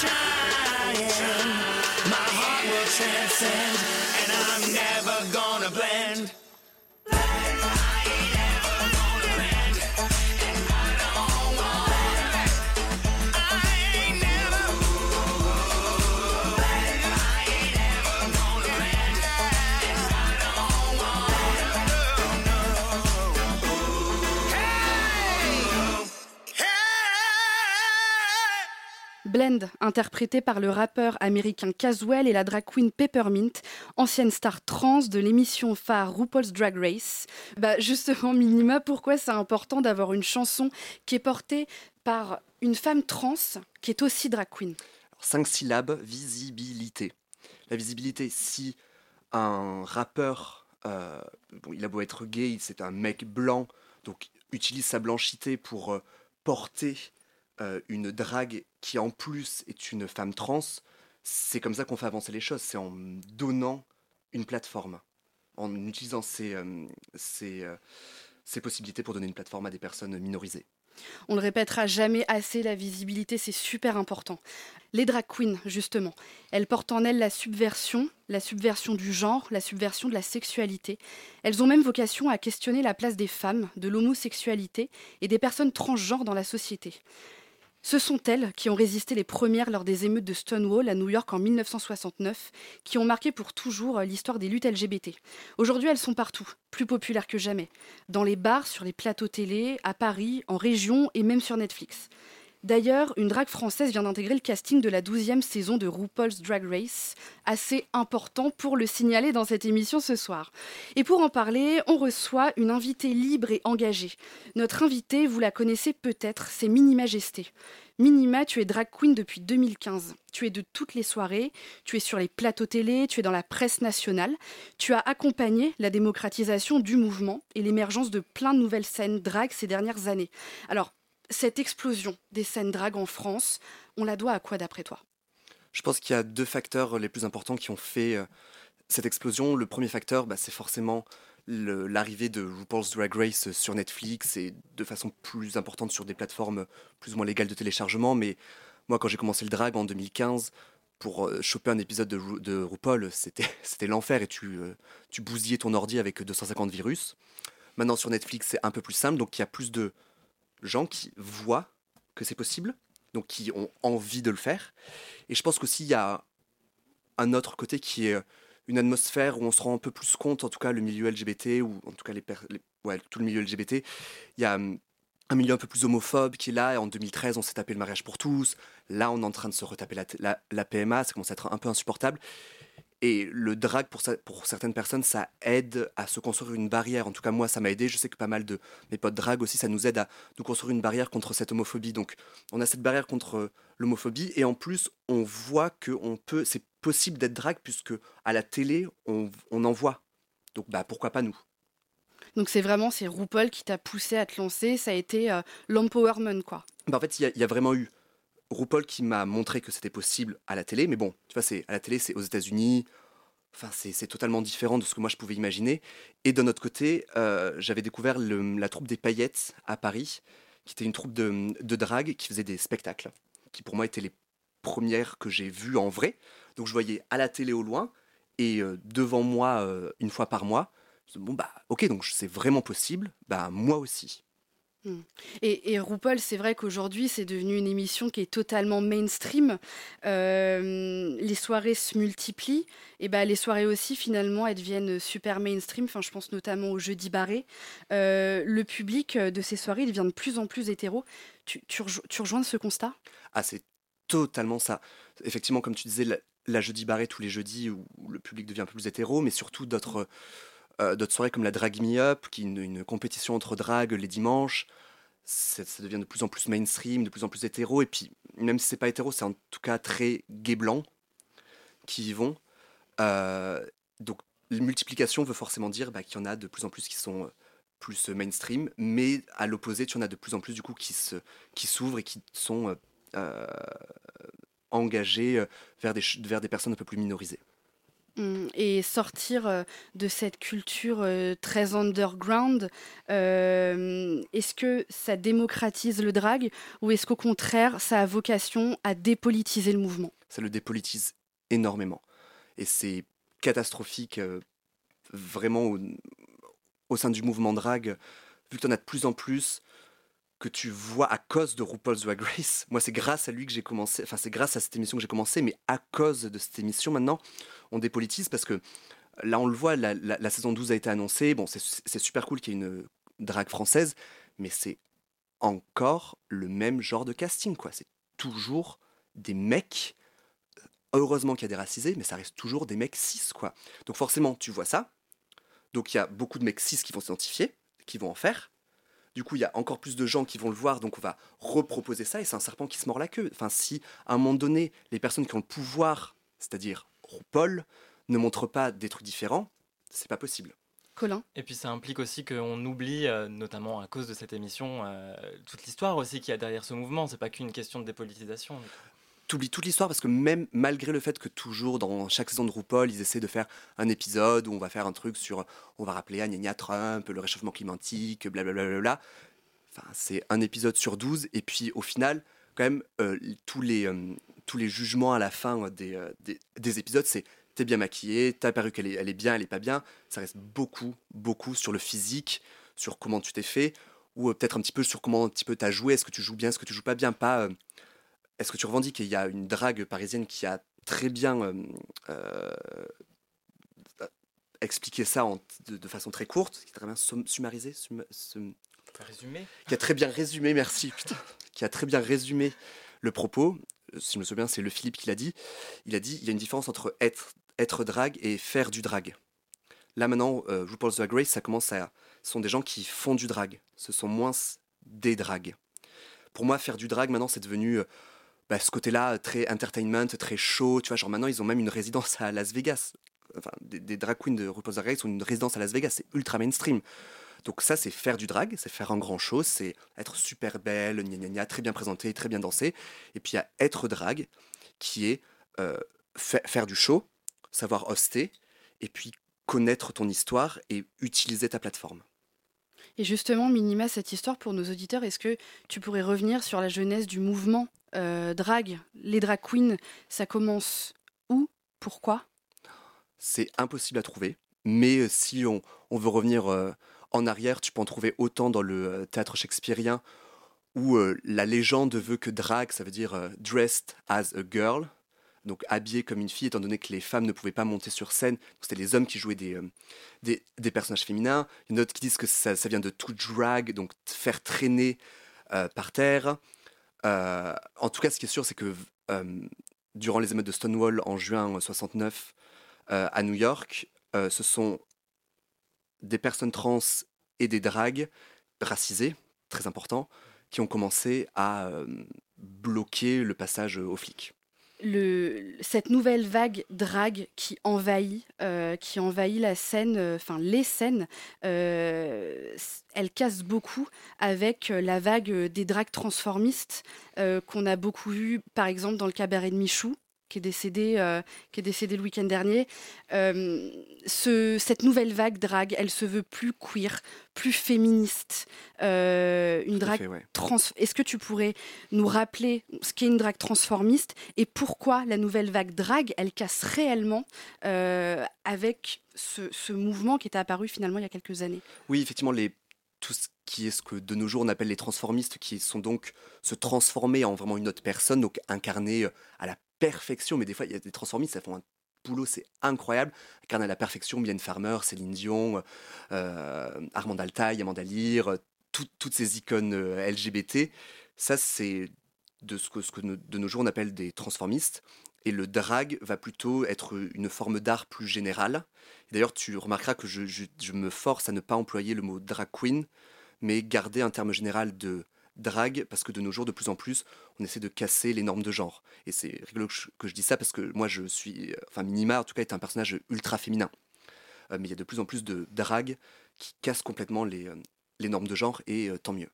trying. My heart will transcend, and I'm never gonna blend. Blend, interprété par le rappeur américain Caswell et la drag queen Peppermint, ancienne star trans de l'émission phare RuPaul's Drag Race. Bah justement, Minima, pourquoi c'est important d'avoir une chanson qui est portée par une femme trans qui est aussi drag queen? Cinq syllabes, visibilité. La visibilité, si un rappeur, euh, bon, il a beau être gay, c'est un mec blanc, donc utilise sa blanchité pour euh, porter euh, une drague qui en plus est une femme trans, c'est comme ça qu'on fait avancer les choses, c'est en donnant une plateforme, en utilisant ces, euh, ces, euh, ces possibilités pour donner une plateforme à des personnes minorisées. On le répétera jamais assez, la visibilité, c'est super important. Les drag queens, justement, elles portent en elles la subversion, la subversion du genre, la subversion de la sexualité. Elles ont même vocation à questionner la place des femmes, de l'homosexualité et des personnes transgenres dans la société. Ce sont elles qui ont résisté les premières lors des émeutes de Stonewall à New York en mille neuf cent soixante-neuf, qui ont marqué pour toujours l'histoire des luttes L G B T. Aujourd'hui, elles sont partout, plus populaires que jamais. Dans les bars, sur les plateaux télé, à Paris, en région et même sur Netflix. D'ailleurs, une drague française vient d'intégrer le casting de la douzième saison de RuPaul's Drag Race, assez important pour le signaler dans cette émission ce soir. Et pour en parler, on reçoit une invitée libre et engagée. Notre invitée, vous la connaissez peut-être, c'est Minima Gesté. Minima, tu es drag queen depuis deux mille quinze. Tu es de toutes les soirées, tu es sur les plateaux télé, tu es dans la presse nationale. Tu as accompagné la démocratisation du mouvement et l'émergence de plein de nouvelles scènes drag ces dernières années. Alors, cette explosion des scènes drag en France, on la doit à quoi d'après toi? Je pense qu'il y a deux facteurs les plus importants qui ont fait euh, cette explosion. Le premier facteur, bah, c'est forcément le, l'arrivée de RuPaul's Drag Race sur Netflix et de façon plus importante sur des plateformes plus ou moins légales de téléchargement. Mais moi, quand j'ai commencé le drag en deux mille quinze, pour euh, choper un épisode de, Ru- de RuPaul, c'était, c'était l'enfer et tu, euh, tu bousillais ton ordi avec deux cent cinquante virus. Maintenant, sur Netflix, c'est un peu plus simple, donc il y a plus de gens qui voient que c'est possible, donc qui ont envie de le faire. Et je pense qu'aussi, il y a un autre côté qui est une atmosphère où on se rend un peu plus compte, en tout cas le milieu L G B T, ou en tout cas les per- les- ouais, tout le milieu L G B T. Il y a hum, un milieu un peu plus homophobe qui est là, et en deux mille treize, on s'est tapé le mariage pour tous. Là, on est en train de se retaper la, la, la P M A, ça commence à être un peu insupportable. Et le drag, pour, ça, pour certaines personnes, ça aide à se construire une barrière. En tout cas, moi, ça m'a aidé. Je sais que pas mal de mes potes drag aussi, ça nous aide à nous construire une barrière contre cette homophobie. Donc, on a cette barrière contre l'homophobie. Et en plus, on voit que on peut, c'est possible d'être drag, puisque à la télé, on, on en voit. Donc, bah, pourquoi pas nous? Donc c'est vraiment, c'est RuPaul qui t'a poussé à te lancer, ça a été euh, l'empowerment, quoi. Bah, en fait, il y, y a vraiment eu RuPaul qui m'a montré que c'était possible à la télé, mais bon, tu vois, c'est, à la télé, c'est aux États-Unis, enfin, c'est, c'est totalement différent de ce que moi je pouvais imaginer. Et d'un autre côté, euh, j'avais découvert le- la troupe des Paillettes à Paris, qui était une troupe de, de drague qui faisait des spectacles, qui pour moi étaient les premières que j'ai vues en vrai. Donc je voyais à la télé au loin, et euh, devant moi, euh, une fois par mois, je me dis, bon, bah, ok, donc c'est vraiment possible, bah, moi aussi. Hmm. Et, et RuPaul, c'est vrai qu'aujourd'hui, c'est devenu une émission qui est totalement mainstream. Euh, les soirées se multiplient. Et ben, les soirées aussi, finalement, elles deviennent super mainstream. Enfin, je pense notamment au Jeudi Barré. Euh, le public de ces soirées, il devient de plus en plus hétéro. Tu, tu, rejo- tu rejoins ce constat? Ah, c'est totalement ça. Effectivement, comme tu disais, la, la Jeudi Barré tous les jeudis où le public devient un peu plus hétéro, mais surtout d'autres, euh, d'autres soirées comme la Drag Me Up, qui est une, une compétition entre dragues les dimanches. C'est- ça devient de plus en plus mainstream, de plus en plus hétéro. Et puis, même si c'est pas hétéro, c'est en tout cas très gay blanc qui y vont. Euh, donc, la multiplication veut forcément dire bah, qu'il y en a de plus en plus qui sont euh, plus euh, mainstream, mais à l'opposé, tu en as de plus en plus du coup qui se, qui s'ouvrent et qui sont euh, euh, engagés euh, vers des, ch- vers des personnes un peu plus minorisées. Hmm. Et sortir euh, de cette culture euh, très underground, euh, est-ce que ça démocratise le drag ou est-ce qu'au contraire, ça a vocation à dépolitiser le mouvement? Ça le dépolitise énormément. Et c'est catastrophique, euh, vraiment, au, au sein du mouvement drag, vu que tu en as de plus en plus, que tu vois à cause de RuPaul's Drag Race. Moi, c'est grâce à lui que j'ai commencé, enfin, c'est grâce à cette émission que j'ai commencé, mais à cause de cette émission, maintenant, on dépolitise parce que là, on le voit, la, la- la saison douze a été annoncée. Bon, c'est c'est super cool qu'il y ait une drague française, mais c'est encore le même genre de casting, quoi. C'est toujours des mecs. Heureusement qu'il y a des racisés, mais ça reste toujours des mecs cis, quoi. Donc forcément, tu vois ça. Donc il y a beaucoup de mecs cis qui vont s'identifier, qui vont en faire. Du coup, il y a encore plus de gens qui vont le voir, donc on va reproposer ça, et c'est un serpent qui se mord la queue. Enfin, si, à un moment donné, les personnes qui ont le pouvoir, c'est-à-dire RuPaul, ne montrent pas des trucs différents, c'est pas possible. Colin? Et puis ça implique aussi qu'on oublie, euh, notamment à cause de cette émission, euh, toute l'histoire aussi qu'il y a derrière ce mouvement. C'est pas qu'une question de dépolitisation. T'oublies toute l'histoire parce que même malgré le fait que toujours dans chaque saison de RuPaul, ils essaient de faire un épisode où on va faire un truc sur, on va rappeler à gna gna Trump, le réchauffement climatique, blablabla. Bla bla bla. Enfin, c'est un épisode sur douze et puis au final, quand même, euh, tous, les, euh, tous les jugements à la fin des, euh, des, des épisodes, c'est t'es bien maquillée, ta perruque elle est, elle est bien, elle est pas bien. Ça reste beaucoup, beaucoup sur le physique, sur comment tu t'es fait, ou euh, peut-être un petit peu sur comment un petit peu t'as joué, est-ce que tu joues bien, est-ce que tu joues pas bien, pas... euh, est-ce que tu revendiques qu'il y a une drague parisienne qui a très bien euh, euh, expliqué ça en- de, de façon très courte, qui a très bien sum- summarisé, sum- sum- Résumé. qui a très bien résumé, merci, putain, qui a très bien résumé le propos. Si je me souviens, c'est Le Philippe qui l'a dit. Il a dit il y a une différence entre être, être drague et faire du drag. Là maintenant, euh, RuPaul's Drag Race, ça commence à... Ce sont des gens qui font du drag. Ce sont moins des dragues. Pour moi, faire du drag, maintenant, c'est devenu... euh, bah, ce côté-là, très entertainment, très show, tu vois, genre maintenant, ils ont même une résidence à Las Vegas. Enfin, des, des drag queens de RuPaul's Drag Race ont une résidence à Las Vegas, c'est ultra mainstream. Donc ça, c'est faire du drag, c'est faire un grand show, c'est être super belle, gna gna gna, très bien présentée, très bien dansée. Et puis il y a être drag, qui est euh, fa- faire du show, savoir hoster, et puis connaître ton histoire et utiliser ta plateforme. Et justement, Minima, cette histoire pour nos auditeurs, est-ce que tu pourrais revenir sur la genèse du mouvement euh, drag, les drag queens, ça commence où? Pourquoi? C'est impossible à trouver, mais si on, on veut revenir euh, en arrière, tu peux en trouver autant dans le euh, théâtre shakespearien, où euh, la légende veut que drag, ça veut dire euh, dressed as a girl, donc habillé comme une fille, étant donné que les femmes ne pouvaient pas monter sur scène. Donc, c'était les hommes qui jouaient des, euh, des, des personnages féminins. Il y en a d'autres qui disent que ça, ça vient de to drag, donc faire traîner euh, par terre. Euh, en tout cas, ce qui est sûr, c'est que euh, durant les émeutes de Stonewall en juin soixante-neuf euh, à New York, euh, ce sont des personnes trans et des drags racisées, très important, qui ont commencé à euh, bloquer le passage aux flics. Le, cette nouvelle vague drag qui envahit, euh, qui envahit la scène, enfin euh, les scènes, euh, elle casse beaucoup avec la vague des drags transformistes euh, qu'on a beaucoup vu, par exemple dans le cabaret de Michou, qui est décédé, euh, qui est décédé le week-end dernier. Euh, ce, cette nouvelle vague drag, elle se veut plus queer, plus féministe. Euh, une drague ouais. trans. Est-ce que tu pourrais nous rappeler ce qu'est une drague transformiste et pourquoi la nouvelle vague drag, elle casse réellement euh, avec ce, ce mouvement qui était apparu finalement il y a quelques années? Oui, effectivement, les, tout ce qui est ce que de nos jours on appelle les transformistes, qui sont donc se transformer en vraiment une autre personne, donc incarner à la perfection, mais des fois il y a des transformistes, ça font un boulot, c'est incroyable, incarner à la perfection Mylène Farmer, Céline Dion, euh, Armand Altaï, Amanda Lear, tout, toutes ces icônes euh, L G B T, ça c'est de ce que, ce que de nos jours on appelle des transformistes, et le drag va plutôt être une forme d'art plus générale. Et d'ailleurs tu remarqueras que je, je, je me force à ne pas employer le mot drag queen, mais garder un terme général de drag, parce que de nos jours, de plus en plus, on essaie de casser les normes de genre. Et c'est rigolo que je, que je dis ça, parce que moi, je suis... Enfin, Minima, en tout cas, est un personnage ultra féminin. Euh, mais il y a de plus en plus de drag qui cassent complètement les, euh, les normes de genre, et euh, tant mieux.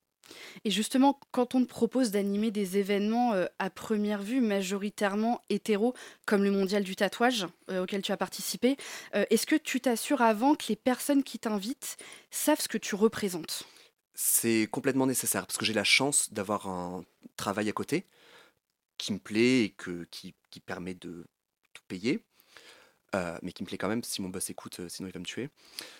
Et justement, quand on te propose d'animer des événements euh, à première vue majoritairement hétéros, comme le mondial du tatouage euh, auquel tu as participé, euh, est-ce que tu t'assures avant que les personnes qui t'invitent savent ce que tu représentes? C'est complètement nécessaire, parce que j'ai la chance d'avoir un travail à côté qui me plaît et que, qui, qui permet de tout payer, euh, mais qui me plaît quand même. Si mon boss écoute, sinon il va me tuer.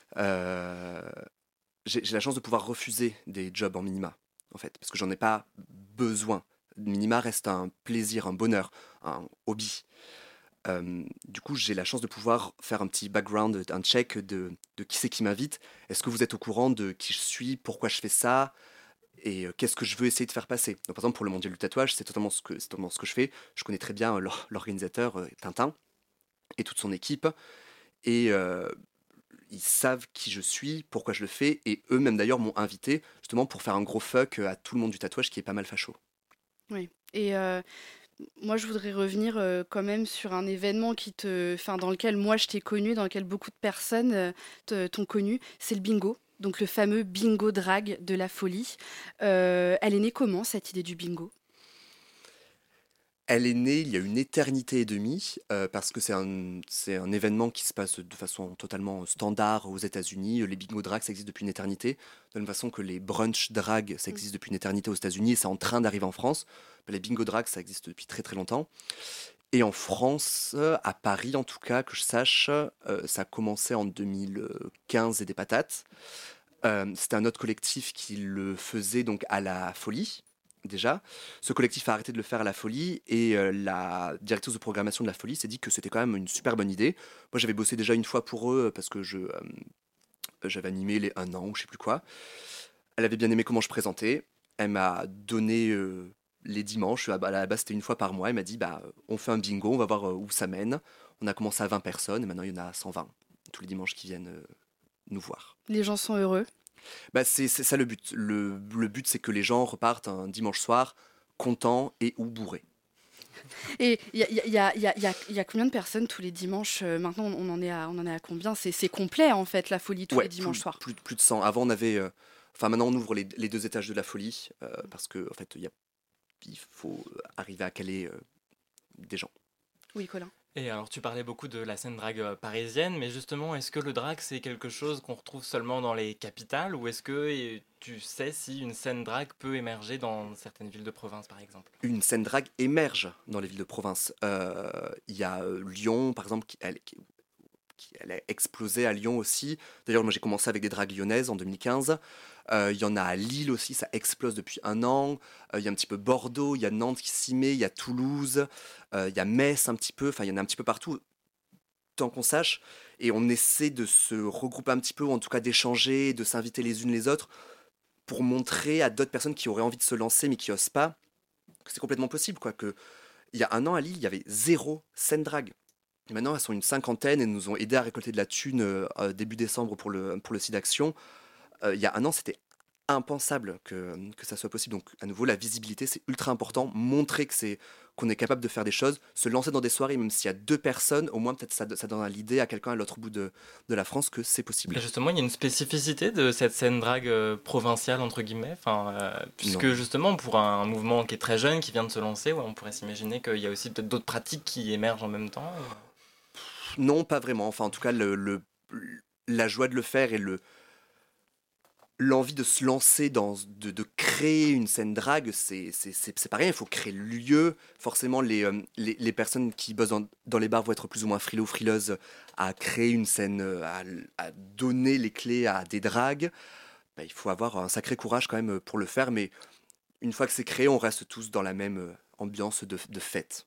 Euh, j'ai, j'ai la chance de pouvoir refuser des jobs en minima, en fait, parce que j'en ai pas besoin. Minima reste un plaisir, un bonheur, un hobby. Euh, du coup, j'ai la chance de pouvoir faire un petit background, un check de, de qui c'est qui m'invite. Est-ce que vous êtes au courant de qui je suis, pourquoi je fais ça, et euh, qu'est-ce que je veux essayer de faire passer. Donc, par exemple, pour le mondial du tatouage, c'est totalement ce que, c'est totalement ce que je fais. Je connais très bien euh, l'organisateur, euh, Tintin, et toute son équipe. Et euh, ils savent qui je suis, pourquoi je le fais, et eux-mêmes d'ailleurs m'ont invité justement pour faire un gros fuck à tout le monde du tatouage qui est pas mal facho. Oui, et... Euh... Moi, je voudrais revenir euh, quand même sur un événement qui te, enfin, dans lequel moi je t'ai connu, dans lequel beaucoup de personnes euh, te, t'ont connu, c'est le bingo, donc le fameux bingo drag de la folie. Euh, elle est née comment, cette idée du bingo ? Elle est née il y a une éternité et demie, euh, parce que c'est un, c'est un événement qui se passe de façon totalement standard aux États-Unis. Les bingo drag, ça existe depuis une éternité, de la même façon que les brunch drag, ça existe depuis une éternité aux États-Unis, et c'est en train d'arriver en France. Les bingo drag, ça existe depuis très très longtemps. Et en France, à Paris en tout cas, que je sache, euh, ça a commencé en deux mille quinze et des patates. Euh, c'était un autre collectif qui le faisait donc à la Folie. Déjà, ce collectif a arrêté de le faire à la Folie, et euh, la directrice de programmation de la Folie s'est dit que c'était quand même une super bonne idée. Moi, j'avais bossé déjà une fois pour eux parce que je, euh, j'avais animé les un an ou je sais plus quoi. Elle avait bien aimé comment je présentais. Elle m'a donné euh, les dimanches. À la base, c'était une fois par mois. Elle m'a dit bah, on fait un bingo, on va voir où ça mène. On a commencé à vingt personnes et maintenant il y en a cent vingt tous les dimanches qui viennent euh, nous voir. Les gens sont heureux. Bah c'est, c'est ça le but. Le, le but, c'est que les gens repartent un dimanche soir contents et ou bourrés. Et il y a, y, a, y, a, y, a, y a combien de personnes tous les dimanches ? Maintenant, on en est à, on en est à combien ? c'est, c'est complet, en fait, la Folie, tous ouais, les dimanches plus, soirs. Plus, plus de cent. Avant, on avait... Euh, enfin, maintenant, on ouvre les, les deux étages de la Folie, euh, parce que en fait, y a, il faut arriver à caler euh, des gens. Oui, Colin. Et alors tu parlais beaucoup de la scène drague euh, parisienne, mais justement, est-ce que le drag c'est quelque chose qu'on retrouve seulement dans les capitales ou est-ce que et, tu sais si une scène drague peut émerger dans certaines villes de province par exemple? Une scène drague émerge dans les villes de province. Il euh, y a euh, Lyon par exemple, qui, elle, qui, qui, elle a explosé à Lyon aussi. D'ailleurs moi j'ai commencé avec des dragues lyonnaises en deux mille quinze. Il euh, y en a à Lille aussi, ça explose depuis un an. Il euh, y a un petit peu Bordeaux, il y a Nantes qui s'y met, il y a Toulouse, il euh, y a Metz un petit peu, enfin il y en a un petit peu partout, tant qu'on sache. Et on essaie de se regrouper un petit peu, ou en tout cas d'échanger, de s'inviter les unes les autres, pour montrer à d'autres personnes qui auraient envie de se lancer mais qui n'osent pas, que c'est complètement possible. Quoi. Que, il y a un an à Lille, il y avait zéro scène drague. Et maintenant, elles sont une cinquantaine et nous ont aidé à récolter de la thune euh, début décembre pour le, pour le site d'action. Euh, il y a un an, c'était impensable que, que ça soit possible. Donc, à nouveau, la visibilité, c'est ultra important. Montrer que c'est, qu'on est capable de faire des choses. Se lancer dans des soirées, même s'il y a deux personnes, au moins, peut-être ça, ça donne l'idée à quelqu'un à l'autre bout de, de la France que c'est possible. Et justement, il y a une spécificité de cette scène drague euh, provinciale, entre guillemets, enfin, euh, puisque non. Justement, pour un mouvement qui est très jeune, qui vient de se lancer, ouais, on pourrait s'imaginer qu'il y a aussi peut-être d'autres pratiques qui émergent en même temps. Ou... Non, pas vraiment. Enfin, en tout cas, le, le, la joie de le faire et le... l'envie de se lancer dans, de, de créer une scène drague, c'est, c'est, c'est, c'est pas rien, il faut créer le lieu. Forcément, les, euh, les, les personnes qui bossent dans, dans les bars vont être plus ou moins frileux ou frileuses à créer une scène, à, à donner les clés à des dragues. Bah, il faut avoir un sacré courage quand même pour le faire, mais une fois que c'est créé, on reste tous dans la même ambiance de, de fête.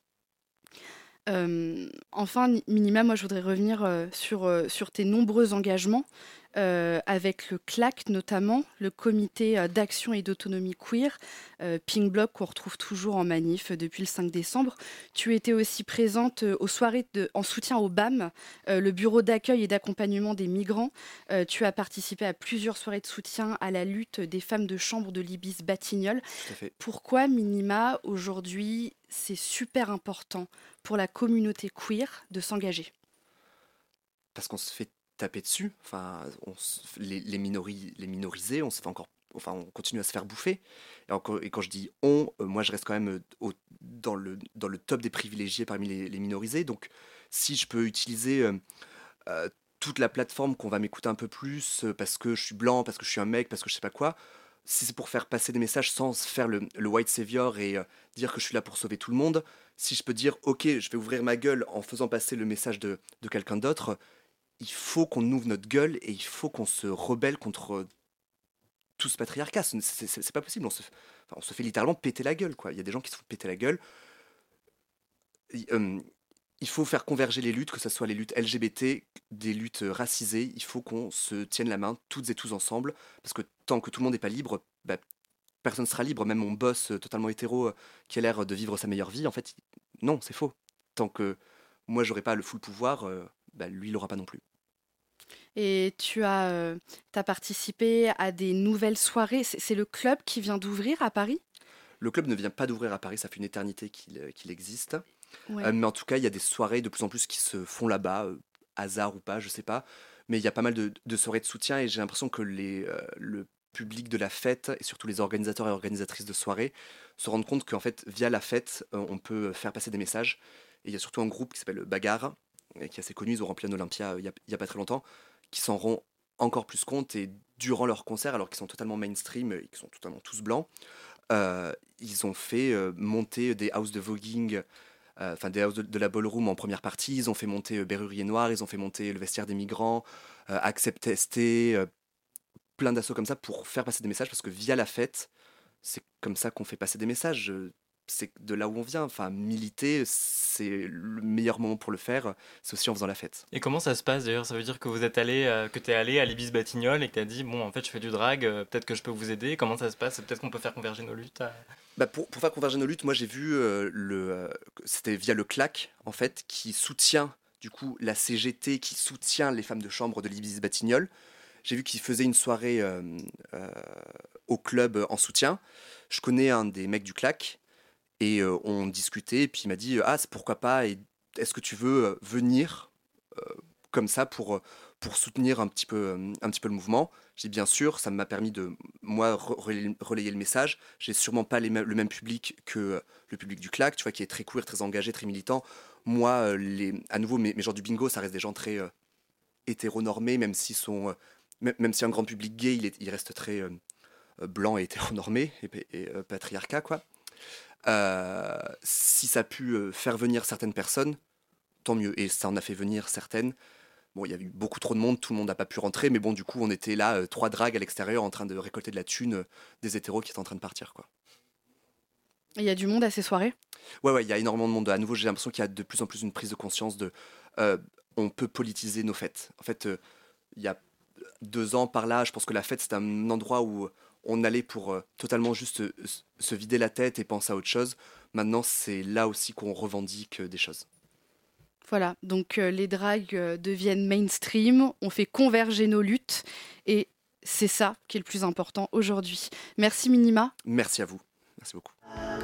Euh, enfin, Minima, moi je voudrais revenir euh, sur, euh, sur tes nombreux engagements euh, avec le C L A C notamment, le comité euh, d'action et d'autonomie queer, euh, Pink Bloc qu'on retrouve toujours en manif euh, depuis le cinq décembre. Tu étais aussi présente euh, aux soirées de, en soutien au B A M, euh, le bureau d'accueil et d'accompagnement des migrants. Euh, tu as participé à plusieurs soirées de soutien à la lutte des femmes de chambre de l'Ibis Batignolles. Pourquoi, Minima, aujourd'hui, c'est super important pour la communauté queer de s'engager? Parce qu'on se fait taper dessus, enfin, on se, les, les, minori, les minorisés, on se fait encore, enfin, on continue à se faire bouffer. Et, encore, et quand je dis on, euh, moi je reste quand même au, dans, le, dans le top des privilégiés parmi les, les minorisés. Donc si je peux utiliser euh, euh, toute la plateforme qu'on va m'écouter un peu plus euh, parce que je suis blanc, parce que je suis un mec, parce que je sais pas quoi, si c'est pour faire passer des messages sans faire le, le white savior et euh, dire que je suis là pour sauver tout le monde, si je peux dire ok, je vais ouvrir ma gueule en faisant passer le message de, de quelqu'un d'autre, il faut qu'on ouvre notre gueule et il faut qu'on se rebelle contre tout ce patriarcat. C'est, c'est, c'est pas possible, on se, enfin, on se fait littéralement péter la gueule, quoi. Il y a des gens qui se font péter la gueule. Il, euh, il faut faire converger les luttes, que ce soit les luttes L G B T, des luttes racisées. Il faut qu'on se tienne la main toutes et tous ensemble, parce que tant que tout le monde n'est pas libre, bah, personne ne sera libre. Même mon boss totalement hétéro qui a l'air de vivre sa meilleure vie, en fait, non, c'est faux. Tant que moi j'aurai pas le full pouvoir, euh, bah, lui il l'aura pas non plus. Et tu as, euh, t'as participé à des nouvelles soirées. C'est, c'est le club qui vient d'ouvrir à Paris? Le club ne vient pas d'ouvrir à Paris, ça fait une éternité qu'il, qu'il existe. Ouais. Euh, mais en tout cas, il y a des soirées de plus en plus qui se font là-bas, euh, hasard ou pas, je sais pas. Mais il y a pas mal de, de soirées de soutien et j'ai l'impression que les, euh, le public de la fête et surtout les organisateurs et organisatrices de soirées se rendent compte qu'en fait, via la fête, euh, on peut faire passer des messages. Et il y a surtout un groupe qui s'appelle Bagarre, qui est assez connu, ils ont rempli un Olympia il n'y a, a pas très longtemps, qui s'en rendent encore plus compte et durant leur concert, alors qu'ils sont totalement mainstream et qu'ils sont totalement tous blancs, euh, ils ont fait euh, monter des houses de voguing, enfin euh, des houses de, de la ballroom en première partie, ils ont fait monter euh, Berrurier Noir, ils ont fait monter le vestiaire des migrants, euh, Accept S T, euh, plein d'assauts comme ça pour faire passer des messages, parce que via la fête, c'est comme ça qu'on fait passer des messages. C'est de là où on vient, enfin militer, c'est le meilleur moment pour le faire, c'est aussi en faisant la fête. Et comment ça se passe d'ailleurs? Ça veut dire que vous êtes allé, euh, que t'es allé à l'Ibis Batignolles et que t'as dit bon en fait je fais du drag, euh, peut-être que je peux vous aider. Comment ça se passe? Peut-être qu'on peut faire converger nos luttes à... bah pour, pour faire converger nos luttes, moi j'ai vu euh, le, euh, c'était via le C L A C en fait, qui soutient du coup la C G T, qui soutient les femmes de chambre de l'Ibis Batignolles. J'ai vu qu'ils faisaient une soirée euh, euh, au club en soutien. Je connais un des mecs du C L A C. Et euh, on discutait, et puis il m'a dit « Ah, c'est pourquoi pas, et est-ce que tu veux euh, venir euh, comme ça pour, euh, pour soutenir un petit, peu, euh, un petit peu le mouvement ?» J'ai dit « Bien sûr, ça m'a permis de, moi, relayer, relayer le message. J'ai sûrement pas les, le même public que euh, le public du C L A C, tu vois, qui est très queer, très engagé, très militant. moi, euh, les, à nouveau, mes, mes gens du bingo, ça reste des gens très euh, hétéronormés, même s'ils sont, euh, même, même si un grand public gay, il, est, il reste très euh, blanc et hétéronormé et, et euh, patriarcat, quoi. Euh, si ça a pu euh, faire venir certaines personnes, tant mieux. Et ça en a fait venir certaines. Bon, il y a eu beaucoup trop de monde, tout le monde n'a pas pu rentrer, mais bon, du coup, on était là, euh, trois dragues à l'extérieur, en train de récolter de la thune, euh, des hétéros qui étaient en train de partir, quoi. Il y a du monde à ces soirées ? Ouais, ouais, il y a énormément de monde. À nouveau, j'ai l'impression qu'il y a de plus en plus une prise de conscience de... Euh, on peut politiser nos fêtes. En fait, euh, il y a deux ans par là, je pense que la fête, c'est un endroit où on allait pour euh, totalement juste euh, se vider la tête et penser à autre chose. Maintenant, c'est là aussi qu'on revendique euh, des choses. Voilà, donc euh, les dragues euh, deviennent mainstream, on fait converger nos luttes et c'est ça qui est le plus important aujourd'hui. Merci Minima. Merci à vous, merci beaucoup.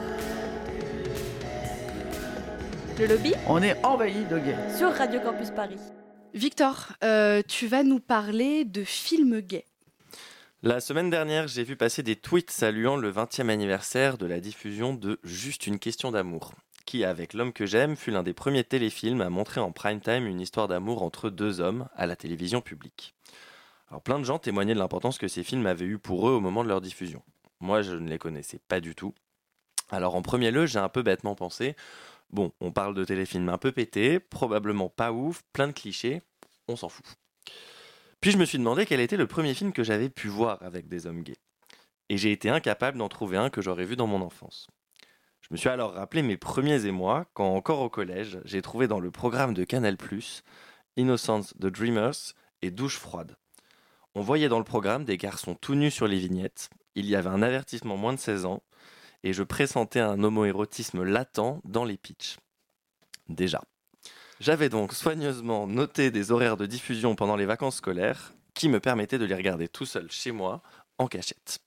Le lobby ? On est envahi de gays. Sur Radio Campus Paris. Victor, euh, tu vas nous parler de films gays. La semaine dernière, j'ai vu passer des tweets saluant le vingtième anniversaire de la diffusion de Juste une question d'amour, qui, avec L'homme que j'aime, fut l'un des premiers téléfilms à montrer en prime time une histoire d'amour entre deux hommes à la télévision publique. Alors plein de gens témoignaient de l'importance que ces films avaient eu pour eux au moment de leur diffusion. Moi, je ne les connaissais pas du tout. Alors en premier lieu, j'ai un peu bêtement pensé, bon, on parle de téléfilms un peu pétés, probablement pas ouf, plein de clichés, on s'en fout. Puis je me suis demandé quel était le premier film que j'avais pu voir avec des hommes gays. Et j'ai été incapable d'en trouver un que j'aurais vu dans mon enfance. Je me suis alors rappelé mes premiers émois quand, encore au collège, j'ai trouvé dans le programme de Canal plus, Innocence the Dreamers et Douche froide. On voyait dans le programme des garçons tout nus sur les vignettes, il y avait un avertissement moins de seize ans, et je pressentais un homoérotisme latent dans les pitchs. Déjà. J'avais donc soigneusement noté des horaires de diffusion pendant les vacances scolaires qui me permettaient de les regarder tout seul chez moi, en cachette.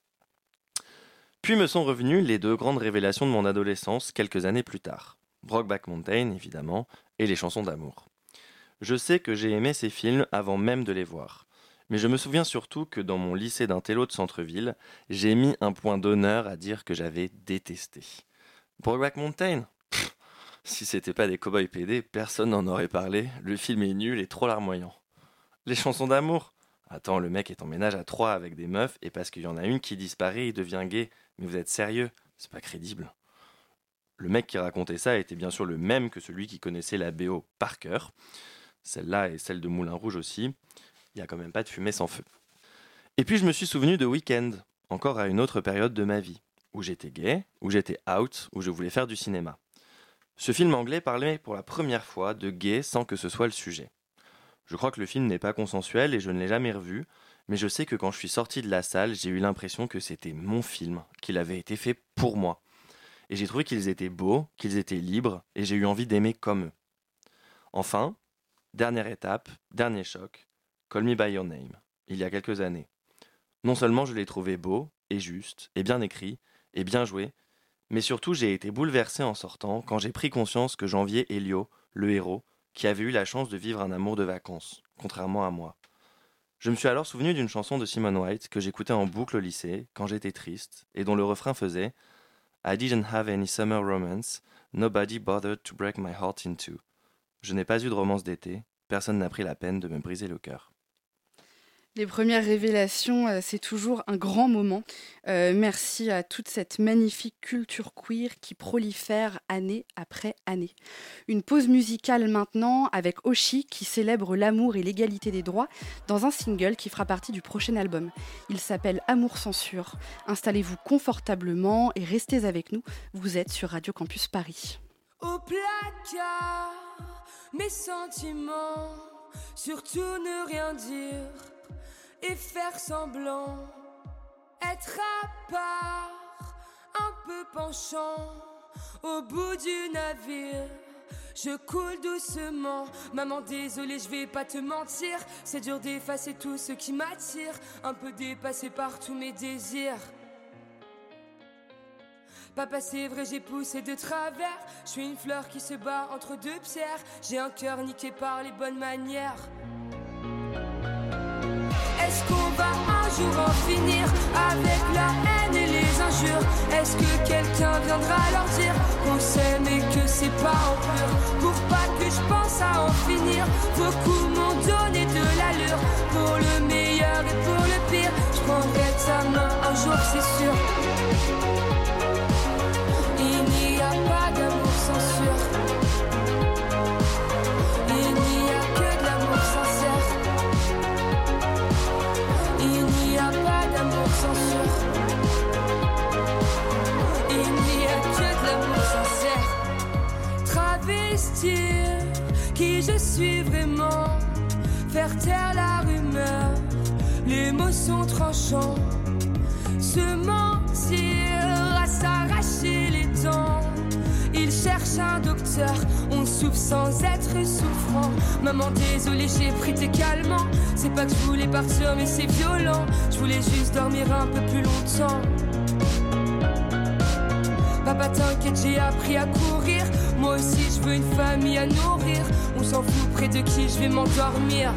Puis me sont revenues les deux grandes révélations de mon adolescence quelques années plus tard. Brokeback Mountain, évidemment, et les chansons d'amour. Je sais que j'ai aimé ces films avant même de les voir. Mais je me souviens surtout que dans mon lycée d'un télo de centre-ville, j'ai mis un point d'honneur à dire que j'avais détesté. Brokeback Mountain ? Pff, si c'était pas des cow-boys pédés, personne n'en aurait parlé. Le film est nul et trop larmoyant. Les chansons d'amour ? Attends, le mec est en ménage à trois avec des meufs et parce qu'il y en a une qui disparaît, il devient gay. Mais vous êtes sérieux ? C'est pas crédible. Le mec qui racontait ça était bien sûr le même que celui qui connaissait la B O par cœur. Celle-là et celle de Moulin Rouge aussi. Il n'y a quand même pas de fumée sans feu. Et puis je me suis souvenu de Weekend, encore à une autre période de ma vie, où j'étais gay, où j'étais out, où je voulais faire du cinéma. Ce film anglais parlait pour la première fois de gay sans que ce soit le sujet. Je crois que le film n'est pas consensuel et je ne l'ai jamais revu, mais je sais que quand je suis sorti de la salle, j'ai eu l'impression que c'était mon film, qu'il avait été fait pour moi. Et j'ai trouvé qu'ils étaient beaux, qu'ils étaient libres, et j'ai eu envie d'aimer comme eux. Enfin, dernière étape, dernier choc, Call Me By Your Name, il y a quelques années. Non seulement je l'ai trouvé beau, et juste, et bien écrit, et bien joué, mais surtout j'ai été bouleversé en sortant quand j'ai pris conscience que j'enviais Elio, le héros, qui avait eu la chance de vivre un amour de vacances, contrairement à moi. Je me suis alors souvenu d'une chanson de Simone White que j'écoutais en boucle au lycée, quand j'étais triste, et dont le refrain faisait « I didn't have any summer romance, nobody bothered to break my heart in two. » Je n'ai pas eu de romance d'été, personne n'a pris la peine de me briser le cœur. Les premières révélations, euh, c'est toujours un grand moment. Euh, merci à toute cette magnifique culture queer qui prolifère année après année. Une pause musicale maintenant avec Oshi qui célèbre l'amour et l'égalité des droits dans un single qui fera partie du prochain album. Il s'appelle Amour Censure. Installez-vous confortablement et restez avec nous. Vous êtes sur Radio Campus Paris. Au placard, mes sentiments, surtout ne rien dire. Et faire semblant, être à part, un peu penchant, au bout du navire. Je coule doucement, maman désolée je vais pas te mentir. C'est dur d'effacer tout ce qui m'attire, un peu dépassé par tous mes désirs. Papa c'est vrai j'ai poussé de travers, je suis une fleur qui se bat entre deux pierres. J'ai un cœur niqué par les bonnes manières. Est-ce qu'on va un jour en finir avec la haine et les injures? Est-ce que quelqu'un viendra leur dire qu'on s'aime et que c'est pas en pur? Pour pas je pense à en finir. Beaucoup m'ont donné de l'allure, pour le meilleur et pour le pire. Je prendrai sa main un jour, c'est sûr. Il n'y a pas d'amour censure. Il n'y a que de l'amour sincère. Il n'y a pas d'amour censure. Il n'y a que de l'amour sincère. Travestir qui je suis vraiment. Faire taire la rumeur. L'émotion tranchant. Se mentir à s'arracher les dents. Il cherche un docteur, on souffre sans être souffrant. Maman désolée j'ai pris tes calmants. C'est pas que je voulais partir mais c'est violent. Je voulais juste dormir un peu plus longtemps. Papa t'inquiète j'ai appris à courir. Moi aussi je veux une famille à nourrir. On s'en fout près de qui je vais m'endormir.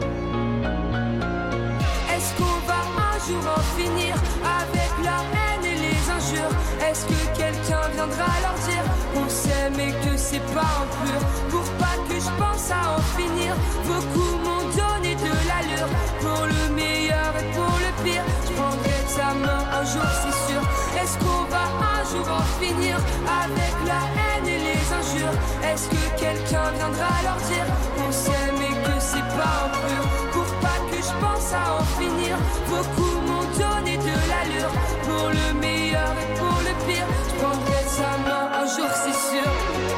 Est-ce qu'on va un jour en finir avec la haine et les injures? Est-ce que quelqu'un viendra leur dire qu'on s'aime et que c'est pas impur? Pour pas que je pense à en finir. Beaucoup m'ont donné de l'allure, pour le meilleur et pour le pire. Je prendrai sa main un jour c'est sûr. Est-ce qu'on va un jour en finir avec la haine et les injures? Est-ce que quelqu'un viendra leur dire qu'on s'aime et que c'est pas impur? Pour pas que je pense à en finir. Beaucoup m'ont donné de l'allure, pour le meilleur et pour le pire. Je prendrai sa main un jour c'est sûr.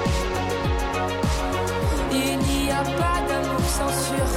Il n'y a pas d'amour censure.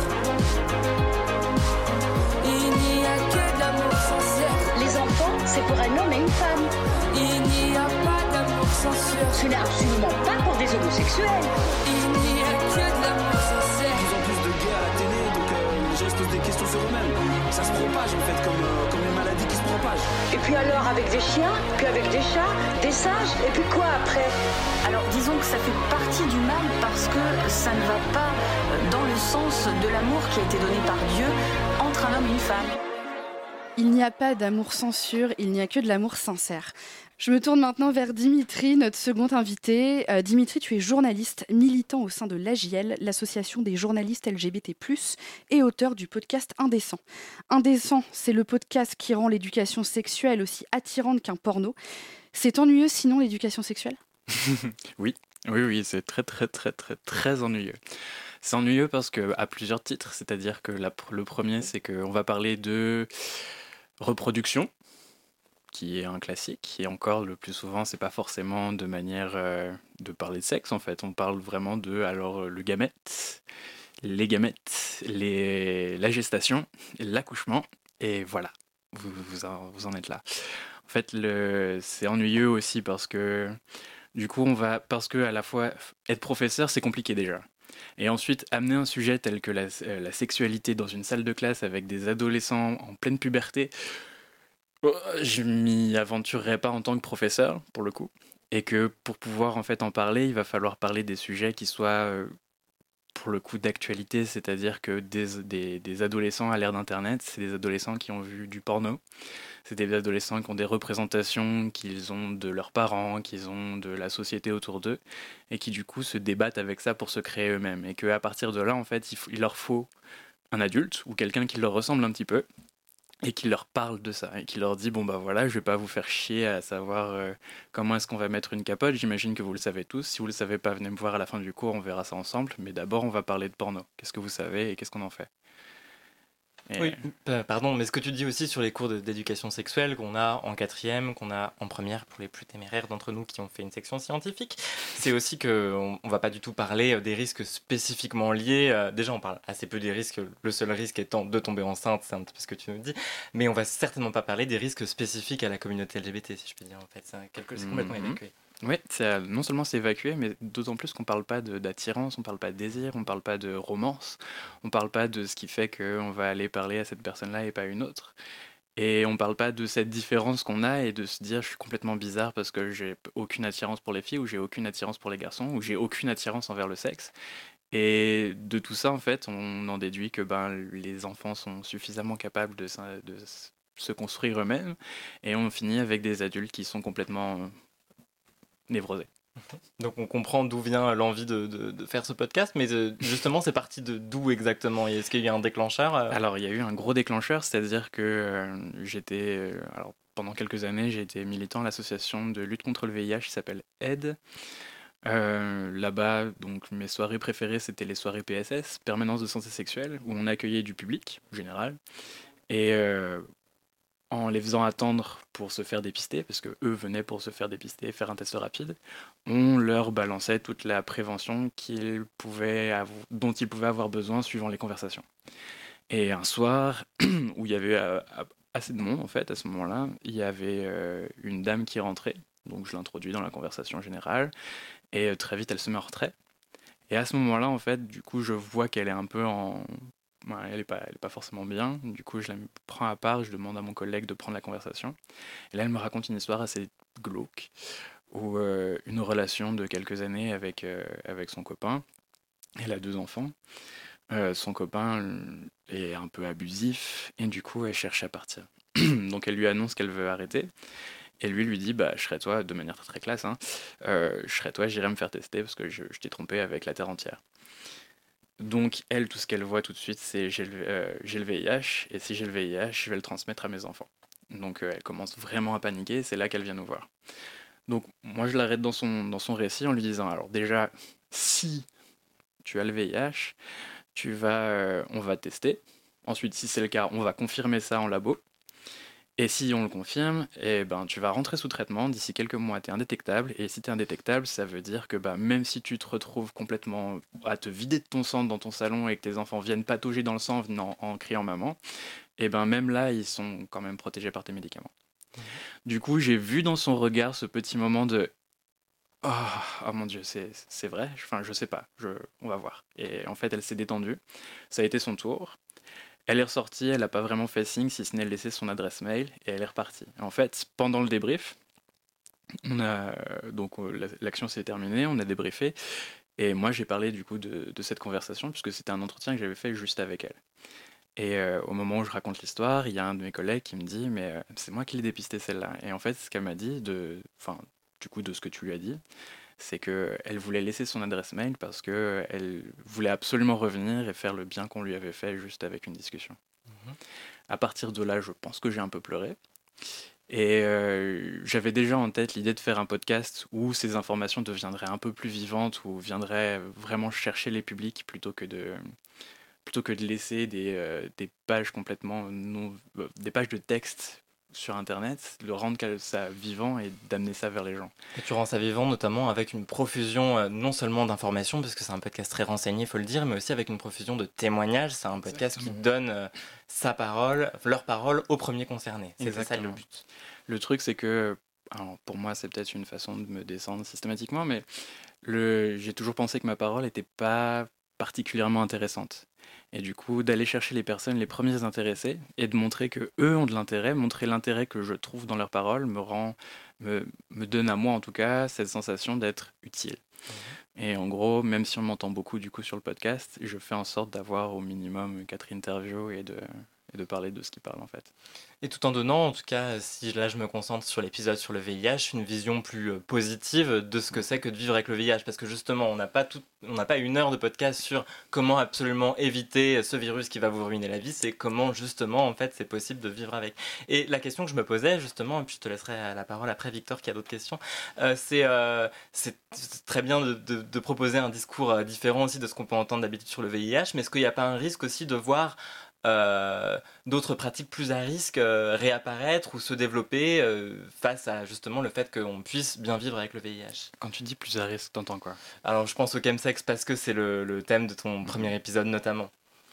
Il n'y a que de l'amour sincère. Les enfants, c'est pour un homme et une femme. Il n'y a pas d'amour censure. Ce n'est absolument pas pour des homosexuels. Il n'y a que de l'amour sincère. De plus en plus de gays à la télé, donc euh, les gens se posent des questions sur eux-mêmes. Ça se propage en fait, comme, euh, comme une maladie qui se propage. Et puis alors avec des chiens, puis avec des chats, des singes, et puis quoi après? Alors disons que ça fait partie du mal parce que ça ne va pas dans le sens de l'amour qui a été donné par Dieu entre un homme et une femme. Il n'y a pas d'amour censure, il n'y a que de l'amour sincère. Je me tourne maintenant vers Dimitri, notre second invité. Euh, Dimitri, tu es journaliste, militant au sein de l'A J L, l'association des journalistes L G B T plus, et auteur du podcast Indécent. Indécent, c'est le podcast qui rend l'éducation sexuelle aussi attirante qu'un porno. C'est ennuyeux sinon l'éducation sexuelle ? Oui, oui, oui, c'est très, très, très, très, très ennuyeux. C'est ennuyeux parce que à plusieurs titres, c'est-à-dire que la, le premier, c'est qu'on va parler de reproduction, qui est un classique, et encore le plus souvent c'est pas forcément de manière euh, de parler de sexe en fait, on parle vraiment de alors le gamète, les gamètes, les, la gestation, l'accouchement, et voilà, vous, vous, en, vous en êtes là. En fait le, c'est ennuyeux aussi parce que du coup on va, parce que à la fois être professeur c'est compliqué déjà. Et ensuite, amener un sujet tel que la, euh, la sexualité dans une salle de classe avec des adolescents en pleine puberté, je m'y aventurerai pas en tant que professeur, pour le coup. Et que pour pouvoir en fait en parler, il va falloir parler des sujets qui soient, euh, pour le coup, d'actualité. C'est-à-dire que des, des, des adolescents à l'ère d'Internet, c'est des adolescents qui ont vu du porno. C'est des adolescents qui ont des représentations qu'ils ont de leurs parents, qu'ils ont de la société autour d'eux, et qui du coup se débattent avec ça pour se créer eux-mêmes. Et qu'à partir de là, en fait, il, faut, il leur faut un adulte ou quelqu'un qui leur ressemble un petit peu, et qui leur parle de ça, et qui leur dit, bon bah voilà, je vais pas vous faire chier à savoir euh, comment est-ce qu'on va mettre une capote, j'imagine que vous le savez tous, si vous le savez pas, venez me voir à la fin du cours, on verra ça ensemble, mais d'abord on va parler de porno, qu'est-ce que vous savez et qu'est-ce qu'on en fait? Et... Oui, euh, pardon, mais ce que tu dis aussi sur les cours de, d'éducation sexuelle qu'on a en quatrième, qu'on a en première pour les plus téméraires d'entre nous qui ont fait une section scientifique, c'est aussi qu'on ne va pas du tout parler des risques spécifiquement liés. Euh, déjà, on parle assez peu des risques, le seul risque étant de tomber enceinte, c'est un petit peu ce que tu nous dis, mais on va certainement pas parler des risques spécifiques à la communauté L G B T, si je peux dire. En fait, c'est, quelque... c'est complètement mmh. évacué. Oui, c'est, non seulement c'est évacué, mais d'autant plus qu'on ne parle pas de, d'attirance, on ne parle pas de désir, on ne parle pas de romance, on ne parle pas de ce qui fait qu'on va aller parler à cette personne-là et pas à une autre. Et on ne parle pas de cette différence qu'on a et de se dire je suis complètement bizarre parce que j'ai aucune attirance pour les filles ou j'ai aucune attirance pour les garçons ou j'ai aucune attirance envers le sexe. Et de tout ça, en fait, on en déduit que ben, les enfants sont suffisamment capables de, de se construire eux-mêmes et on finit avec des adultes qui sont complètement névrosés. Donc on comprend d'où vient l'envie de, de, de faire ce podcast, mais de, justement c'est parti de d'où exactement? Est-ce qu'il y a eu un déclencheur? Alors il y a eu un gros déclencheur, c'est-à-dire que euh, j'étais... Euh, alors, pendant quelques années, j'ai été militant à l'association de lutte contre le V I H qui s'appelle AID. Euh, là-bas, donc mes soirées préférées, c'était les soirées P S S, permanence de santé sexuelle, où on accueillait du public, en général, et euh, en les faisant attendre pour se faire dépister, parce que eux venaient pour se faire dépister, faire un test rapide, on leur balançait toute la prévention qu'ils pouvaient avoir, dont ils pouvaient avoir besoin suivant les conversations. Et un soir, où il y avait euh, assez de monde, en fait, à ce moment-là, il y avait euh, une dame qui rentrait, donc je l'introduis dans la conversation générale, et euh, très vite elle se met en retrait. Et à ce moment-là, en fait, du coup, je vois qu'elle est un peu en... Ouais, elle n'est pas, elle est pas forcément bien, du coup je la prends à part, je demande à mon collègue de prendre la conversation. Et là, elle me raconte une histoire assez glauque, où euh, une relation de quelques années avec, euh, avec son copain, elle a deux enfants, euh, son copain est un peu abusif, et du coup elle cherche à partir. Donc elle lui annonce qu'elle veut arrêter, et lui lui dit, bah je serai toi, de manière très très classe, hein, euh, je serai toi, j'irai me faire tester parce que je, je t'ai trompé avec la terre entière. Donc elle, tout ce qu'elle voit tout de suite, c'est j'ai le, euh, j'ai le V I H, et si j'ai le V I H, je vais le transmettre à mes enfants. Donc euh, elle commence vraiment à paniquer, c'est là qu'elle vient nous voir. Donc moi je l'arrête dans son, dans son récit en lui disant, alors déjà, si tu as le V I H, tu vas, euh, on va tester. Ensuite, si c'est le cas, on va confirmer ça en labo. Et si on le confirme, eh ben, tu vas rentrer sous traitement, d'ici quelques mois tu es indétectable, et si tu es indétectable, ça veut dire que bah, même si tu te retrouves complètement à te vider de ton sang dans ton salon et que tes enfants viennent patauger dans le sang en, en criant maman, et ben même là ils sont quand même protégés par tes médicaments. Mmh. Du coup j'ai vu dans son regard ce petit moment de oh, oh mon dieu, c'est, c'est vrai, enfin je sais pas, je, on va voir. Et en fait elle s'est détendue, ça a été son tour. Elle est ressortie, elle n'a pas vraiment fait signe, si ce n'est laisser son adresse mail, et elle est repartie. En fait, pendant le débrief, on a, donc, l'action s'est terminée, on a débriefé, et moi j'ai parlé du coup de, de cette conversation, puisque c'était un entretien que j'avais fait juste avec elle. Et euh, au moment où je raconte l'histoire, il y a un de mes collègues qui me dit « mais euh, c'est moi qui l'ai dépistée celle-là ». Et en fait, ce qu'elle m'a dit, de, enfin, du coup de ce que tu lui as dit, c'est qu'elle voulait laisser son adresse mail parce qu'elle voulait absolument revenir et faire le bien qu'on lui avait fait juste avec une discussion. Mmh. À partir de là, je pense que j'ai un peu pleuré. Et euh, j'avais déjà en tête l'idée de faire un podcast où ces informations deviendraient un peu plus vivantes, où viendraient vraiment chercher les publics plutôt que de, plutôt que de laisser des, euh, des pages complètement non, euh, des pages de texte sur internet, le rendre ça vivant et d'amener ça vers les gens. Et tu rends ça vivant notamment avec une profusion euh, non seulement d'informations, parce que c'est un podcast très renseigné, il faut le dire, mais aussi avec une profusion de témoignages. C'est un podcast Exactement. Qui donne euh, sa parole, leur parole aux premiers concernés. C'est ça le but. Le truc c'est que, alors pour moi c'est peut-être une façon de me descendre systématiquement, mais le, j'ai toujours pensé que ma parole n'était pas particulièrement intéressante. Et du coup, d'aller chercher les personnes les premières intéressées et de montrer que eux ont de l'intérêt, montrer l'intérêt que je trouve dans leurs paroles me rend, me, me donne à moi en tout cas cette sensation d'être utile. Mmh. Et en gros, même si on m'entend beaucoup du coup sur le podcast, je fais en sorte d'avoir au minimum quatre interviews et de, et de parler de ce qu'ils parlent en fait. Et tout en donnant, en tout cas, si là je me concentre sur l'épisode sur le V I H, une vision plus positive de ce que c'est que de vivre avec le V I H. Parce que justement, on n'a pas, tout, on n'a pas une heure de podcast sur comment absolument éviter ce virus qui va vous ruiner la vie, c'est comment justement, en fait, c'est possible de vivre avec. Et la question que je me posais, justement, et puis je te laisserai la parole après Victor qui a d'autres questions, euh, c'est, euh, c'est très bien de, de, de proposer un discours différent aussi de ce qu'on peut entendre d'habitude sur le V I H, mais est-ce qu'il n'y a pas un risque aussi de voir Euh, d'autres pratiques plus à risque euh, réapparaître ou se développer euh, face à justement le fait qu'on puisse bien vivre avec le V I H. Quand tu dis plus à risque, t'entends quoi? Alors je pense au chemsex parce que c'est le, le thème de ton mmh. premier épisode notamment.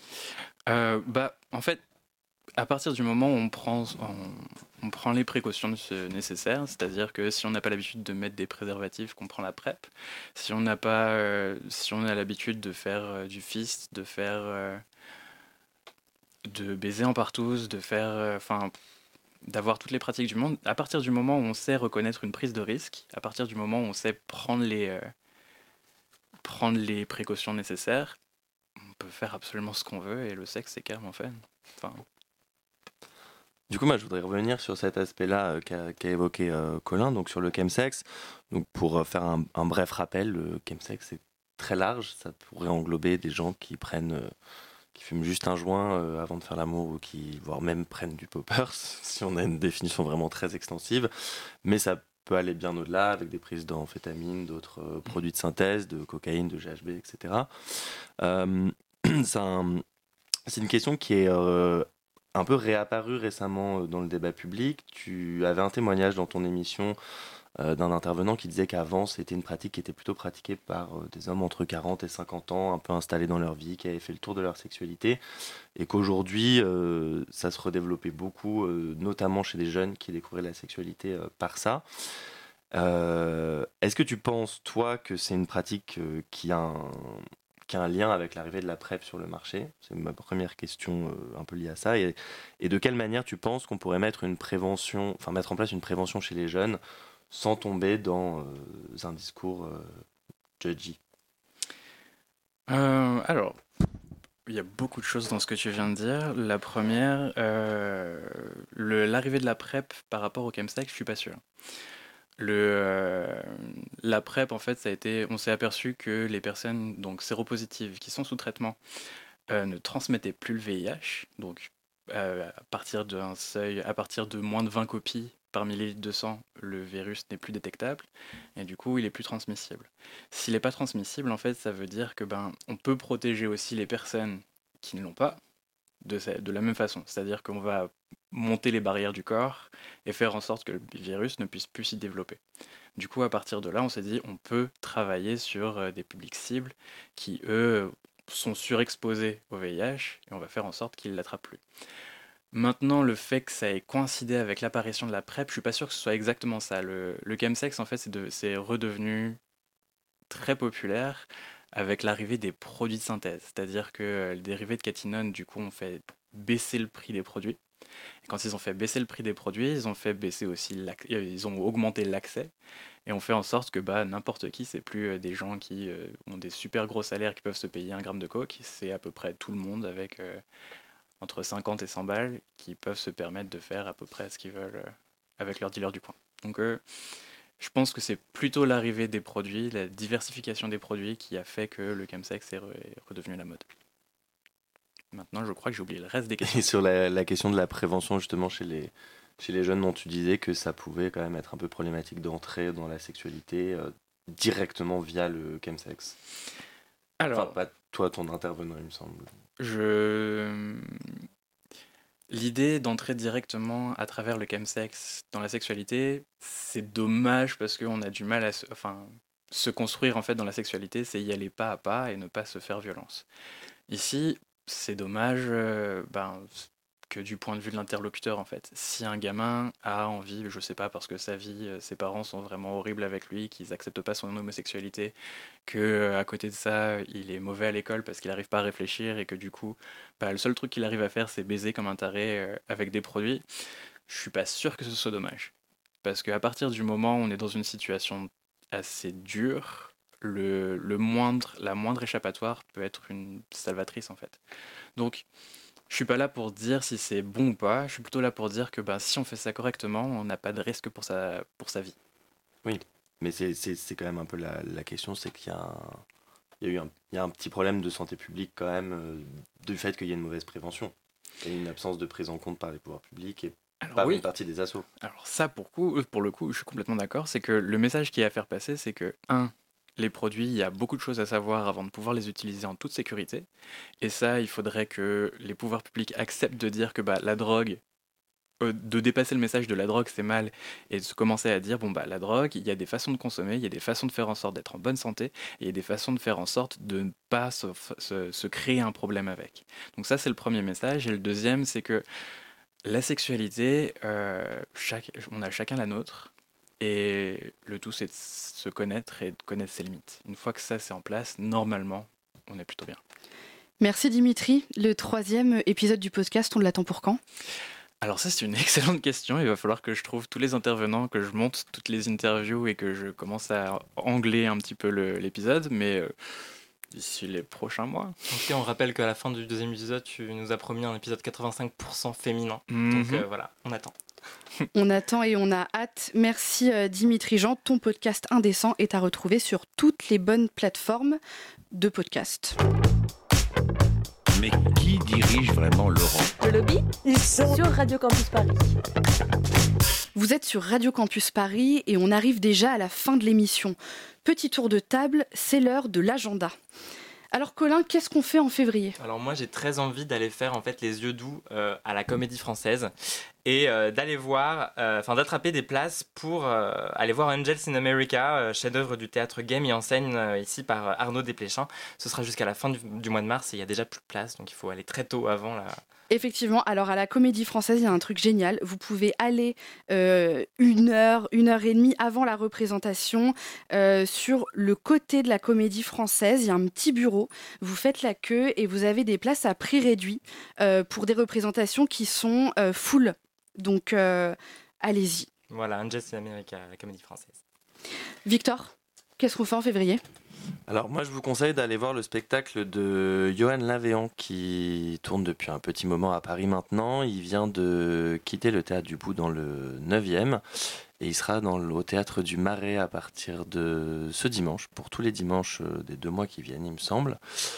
Euh, bah en fait, à partir du moment où on prend, on, on prend les précautions nécessaires, c'est-à-dire que si on n'a pas l'habitude de mettre des préservatifs, qu'on prend la PrEP, si on n'a pas, euh, si on a l'habitude de faire euh, du fist, de faire euh, de baiser en partouze, de faire, enfin, euh, d'avoir toutes les pratiques du monde. À partir du moment où on sait reconnaître une prise de risque, à partir du moment où on sait prendre les, euh, prendre les précautions nécessaires, on peut faire absolument ce qu'on veut et le sexe c'est carrément fait. Enfin. Du coup, moi, je voudrais revenir sur cet aspect-là euh, qu'a, qu'a évoqué euh, Colin, donc sur le chemsex. Donc, pour euh, faire un, un bref rappel, le chemsex, c'est très large. Ça pourrait englober des gens qui prennent, euh, qui fument juste un joint euh, avant de faire l'amour, ou qui, voire même, prennent du poppers, si on a une définition vraiment très extensive. Mais ça peut aller bien au-delà, avec des prises d'amphétamines, d'autres euh, produits de synthèse, de cocaïne, de G H B, et cetera. Euh, c'est, un, c'est une question qui est euh, un peu réapparue récemment dans le débat public. Tu avais un témoignage dans ton émission euh, d'un intervenant qui disait qu'avant, c'était une pratique qui était plutôt pratiquée par euh, des hommes entre quarante et cinquante ans, un peu installés dans leur vie, qui avaient fait le tour de leur sexualité, et qu'aujourd'hui, euh, ça se redéveloppait beaucoup, euh, notamment chez des jeunes qui découvraient la sexualité euh, par ça. Euh, est-ce que tu penses, toi, que c'est une pratique euh, qui, a un, qui a un lien avec l'arrivée de la PrEP sur le marché ? C'est ma première question euh, un peu liée à ça. Et, et de quelle manière tu penses qu'on pourrait mettre une prévention, enfin mettre en place une prévention chez les jeunes sans tomber dans euh, un discours euh, judgy ? euh, Alors, il y a beaucoup de choses dans ce que tu viens de dire. La première, euh, le, l'arrivée de la PrEP par rapport au chemsex, je suis pas sûr. Le, euh, la PrEP, en fait, ça a été, on s'est aperçu que les personnes donc séropositives qui sont sous traitement euh, ne transmettaient plus le V I H. Donc, euh, à partir d'un seuil, à partir de moins de vingt copies par millilitre de sang, le virus n'est plus détectable et du coup, il est plus transmissible. S'il n'est pas transmissible, en fait, ça veut dire que ben, on peut protéger aussi les personnes qui ne l'ont pas de, de la même façon. C'est-à-dire qu'on va monter les barrières du corps et faire en sorte que le virus ne puisse plus s'y développer. Du coup, à partir de là, on s'est dit on peut travailler sur des publics cibles qui, eux, sont surexposés au V I H et on va faire en sorte qu'ils ne l'attrapent plus. Maintenant, le fait que ça ait coïncidé avec l'apparition de la PrEP, je suis pas sûr que ce soit exactement ça. Le, le chemsex, en fait, c'est, de, c'est redevenu très populaire avec l'arrivée des produits de synthèse. C'est-à-dire que les dérivés de catinone, du coup, ont fait baisser le prix des produits. Et quand ils ont fait baisser le prix des produits, ils ont fait baisser aussi, ils ont augmenté l'accès et ont fait en sorte que bah, n'importe qui, c'est plus des gens qui euh, ont des super gros salaires qui peuvent se payer un gramme de coke, c'est à peu près tout le monde avec euh, entre cinquante et cent balles qui peuvent se permettre de faire à peu près ce qu'ils veulent euh, avec leur dealer du coin. Donc euh, je pense que c'est plutôt l'arrivée des produits, la diversification des produits qui a fait que le chemsex est, re- est redevenu la mode. Maintenant, je crois que j'ai oublié le reste des questions. Et sur la, la question de la prévention, justement, chez les, chez les jeunes dont tu disais que ça pouvait quand même être un peu problématique d'entrer dans la sexualité euh, directement via le chemsex. Alors, enfin, pas toi, ton intervenant, il me semble. Je... L'idée d'entrer directement à travers le chemsex dans la sexualité, c'est dommage parce qu'on a du mal à se... Enfin, se construire en fait dans la sexualité, c'est y aller pas à pas et ne pas se faire violence. Ici, c'est dommage euh, ben, que du point de vue de l'interlocuteur en fait. Si un gamin a envie, je sais pas, parce que sa vie, ses parents sont vraiment horribles avec lui, qu'ils acceptent pas son homosexualité, que euh, à côté de ça, il est mauvais à l'école parce qu'il arrive pas à réfléchir et que du coup, bah, le seul truc qu'il arrive à faire, c'est baiser comme un taré euh, avec des produits, je suis pas sûr que ce soit dommage. Parce qu'à partir du moment où on est dans une situation assez dure, Le, le moindre, la moindre échappatoire peut être une salvatrice en fait. Donc je suis pas là pour dire si c'est bon ou pas, je suis plutôt là pour dire que bah, si on fait ça correctement, on n'a pas de risque pour sa, pour sa vie. Oui, mais c'est, c'est, c'est quand même un peu la, la question, c'est qu'il y a, un, il y a eu un, il y a un petit problème de santé publique quand même, euh, du fait qu'il y a une mauvaise prévention et une absence de prise en compte par les pouvoirs publics et Alors, pas oui. une partie des assos. Alors ça pour, coup, pour le coup, je suis complètement d'accord, c'est que le message qu'il y a à faire passer, c'est que un, les produits, il y a beaucoup de choses à savoir avant de pouvoir les utiliser en toute sécurité. Et ça, il faudrait que les pouvoirs publics acceptent de dire que bah, la drogue, euh, de dépasser le message de la drogue, c'est mal, et de se commencer à dire, bon, bah, la drogue, il y a des façons de consommer, il y a des façons de faire en sorte d'être en bonne santé, et il y a des façons de faire en sorte de ne pas se, se, se créer un problème avec. Donc ça, c'est le premier message. Et le deuxième, c'est que la sexualité, euh, chaque, on a chacun la nôtre. Et le tout, c'est de se connaître et de connaître ses limites. Une fois que ça, c'est en place, normalement, on est plutôt bien. Merci Dimitri. Le troisième épisode du podcast, on l'attend pour quand ? Alors ça, c'est une excellente question. Il va falloir que je trouve tous les intervenants, que je monte toutes les interviews et que je commence à angler un petit peu le, l'épisode. Mais euh, d'ici les prochains mois. En tout cas, on rappelle qu'à la fin du deuxième épisode, tu nous as promis un épisode quatre-vingt-cinq pour cent féminin. Mm-hmm. Donc euh, voilà, on attend. On attend et on a hâte. Merci euh, Dimitri Jean. Ton podcast Indécent est à retrouver sur toutes les bonnes plateformes de podcast. Mais qui dirige vraiment Laurent ? Le lobby ? Ils sont sur Radio Campus Paris. Vous êtes sur Radio Campus Paris et on arrive déjà à la fin de l'émission. Petit tour de table, c'est l'heure de l'agenda. Alors Colin, qu'est-ce qu'on fait en février ? Alors moi j'ai très envie d'aller faire en fait les yeux doux euh, à la Comédie Française et euh, d'aller voir, enfin euh, d'attraper des places pour euh, aller voir Angels in America, euh, chef-d'œuvre du théâtre gay mis en scène euh, ici par Arnaud Desplechin. Ce sera jusqu'à la fin du, du mois de mars et il y a déjà plus de place, donc il faut aller très tôt avant la... Effectivement, alors à la Comédie Française, il y a un truc génial. Vous pouvez aller euh, une heure, une heure et demie avant la représentation euh, sur le côté de la Comédie Française. Il y a un petit bureau. Vous faites la queue et vous avez des places à prix réduit euh, pour des représentations qui sont euh, full. Donc, euh, allez-y. Voilà, Angels in America, la Comédie Française. Victor, qu'est-ce qu'on fait en février ? Alors moi je vous conseille d'aller voir le spectacle de Johan Lavéan qui tourne depuis un petit moment à Paris maintenant. Il vient de quitter le Théâtre du Bout dans le neuvième et il sera dans le, au Théâtre du Marais à partir de ce dimanche, pour tous les dimanches des deux mois qui viennent il me semble.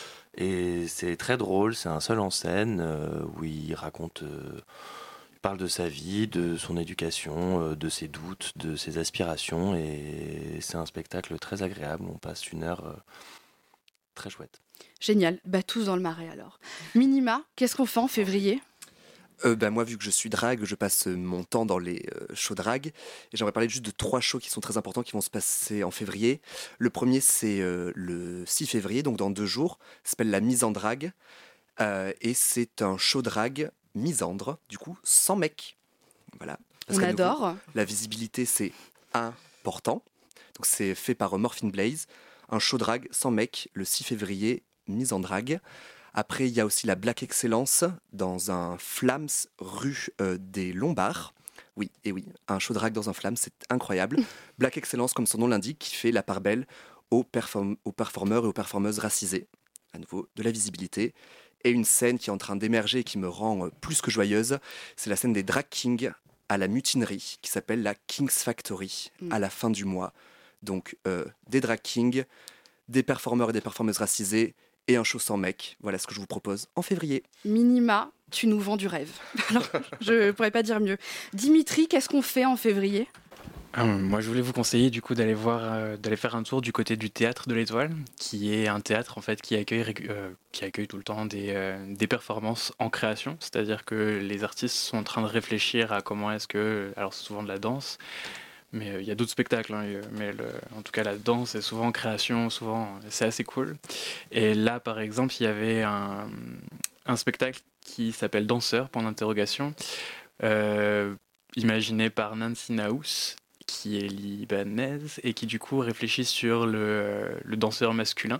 Et c'est très drôle, c'est un seul en scène euh, où il raconte... Euh, parle de sa vie, de son éducation, de ses doutes, de ses aspirations et c'est un spectacle très agréable, on passe une heure euh, très chouette. Génial, bah tous dans le Marais alors. Minima, qu'est-ce qu'on fait en février ? Euh, bah, moi, vu que je suis drague, je passe mon temps dans les euh, shows drague. Et j'aimerais parler juste de trois shows qui sont très importants, qui vont se passer en février. Le premier, c'est euh, le six février, donc dans deux jours. Ça s'appelle La Mise en Drague. Euh, et c'est un show drague misandre, du coup, sans mec. Voilà. Parce On adore. Nouveau, la visibilité, c'est important. Donc c'est fait par Morphine Blaze. Un show drague sans mec, le six février, Mise en Drague. Après, il y a aussi la Black Excellence dans un Flams rue euh, des Lombards. Oui, et oui, un show drague dans un Flams, c'est incroyable. Black Excellence, comme son nom l'indique, qui fait la part belle aux, perform- aux performeurs et aux performeuses racisées. À nouveau, de la visibilité. Et une scène qui est en train d'émerger et qui me rend plus que joyeuse, c'est la scène des Drag Kings à la mutinerie, qui s'appelle la King's Factory, mmh. à la fin du mois. Donc, euh, des Drag Kings, des performeurs et des performeuses racisées, et un show sans mec. Voilà ce que je vous propose en février. Minima, tu nous vends du rêve. Alors, je ne pourrais pas dire mieux. Dimitri, qu'est-ce qu'on fait en février ? Hum, moi, je voulais vous conseiller du coup d'aller voir, euh, d'aller faire un tour du côté du Théâtre de l'Étoile, qui est un théâtre en fait qui accueille, euh, qui accueille tout le temps des, euh, des performances en création. C'est-à-dire que les artistes sont en train de réfléchir à comment est-ce que, alors c'est souvent de la danse, mais il euh, y a d'autres spectacles, hein, mais le, en tout cas la danse est souvent en création, souvent c'est assez cool. Et là, par exemple, il y avait un, un spectacle qui s'appelle Danseur, point d'interrogation, euh, imaginé par Nancy Naous, qui est libanaise et qui du coup réfléchit sur le, le danseur masculin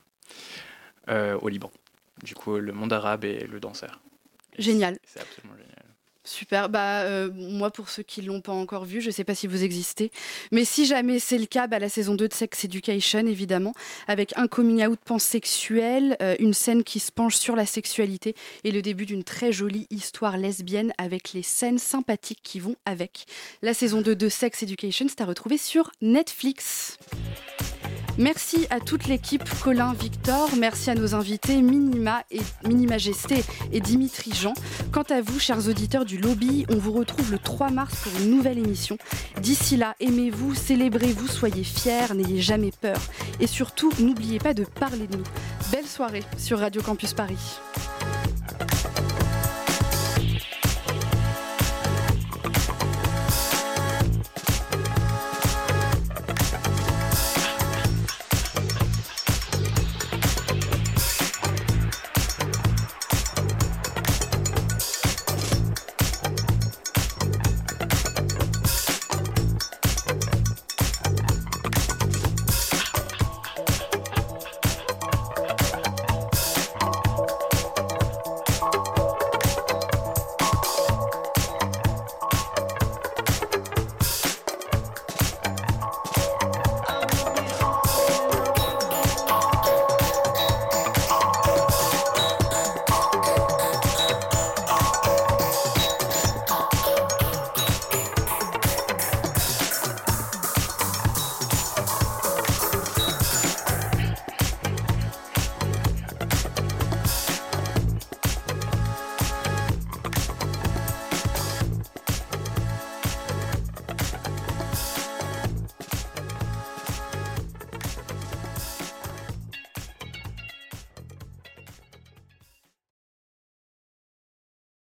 euh, au Liban. Du coup, le monde arabe et le danseur. Génial. C'est absolument génial. Super. Bah, euh, moi, pour ceux qui ne l'ont pas encore vu, je ne sais pas si vous existez, mais si jamais c'est le cas, bah, la saison deux de Sex Education, évidemment, avec un coming out pansexuel, euh, une scène qui se penche sur la sexualité et le début d'une très jolie histoire lesbienne avec les scènes sympathiques qui vont avec. La saison deux de Sex Education, c'est à retrouver sur Netflix. Merci à toute l'équipe, Colin, Victor, merci à nos invités Minima et Minimajesté et Dimitri Jean. Quant à vous, chers auditeurs du Lobby, on vous retrouve le trois mars pour une nouvelle émission. D'ici là, aimez-vous, célébrez-vous, soyez fiers, n'ayez jamais peur. Et surtout, n'oubliez pas de parler de nous. Belle soirée sur Radio Campus Paris.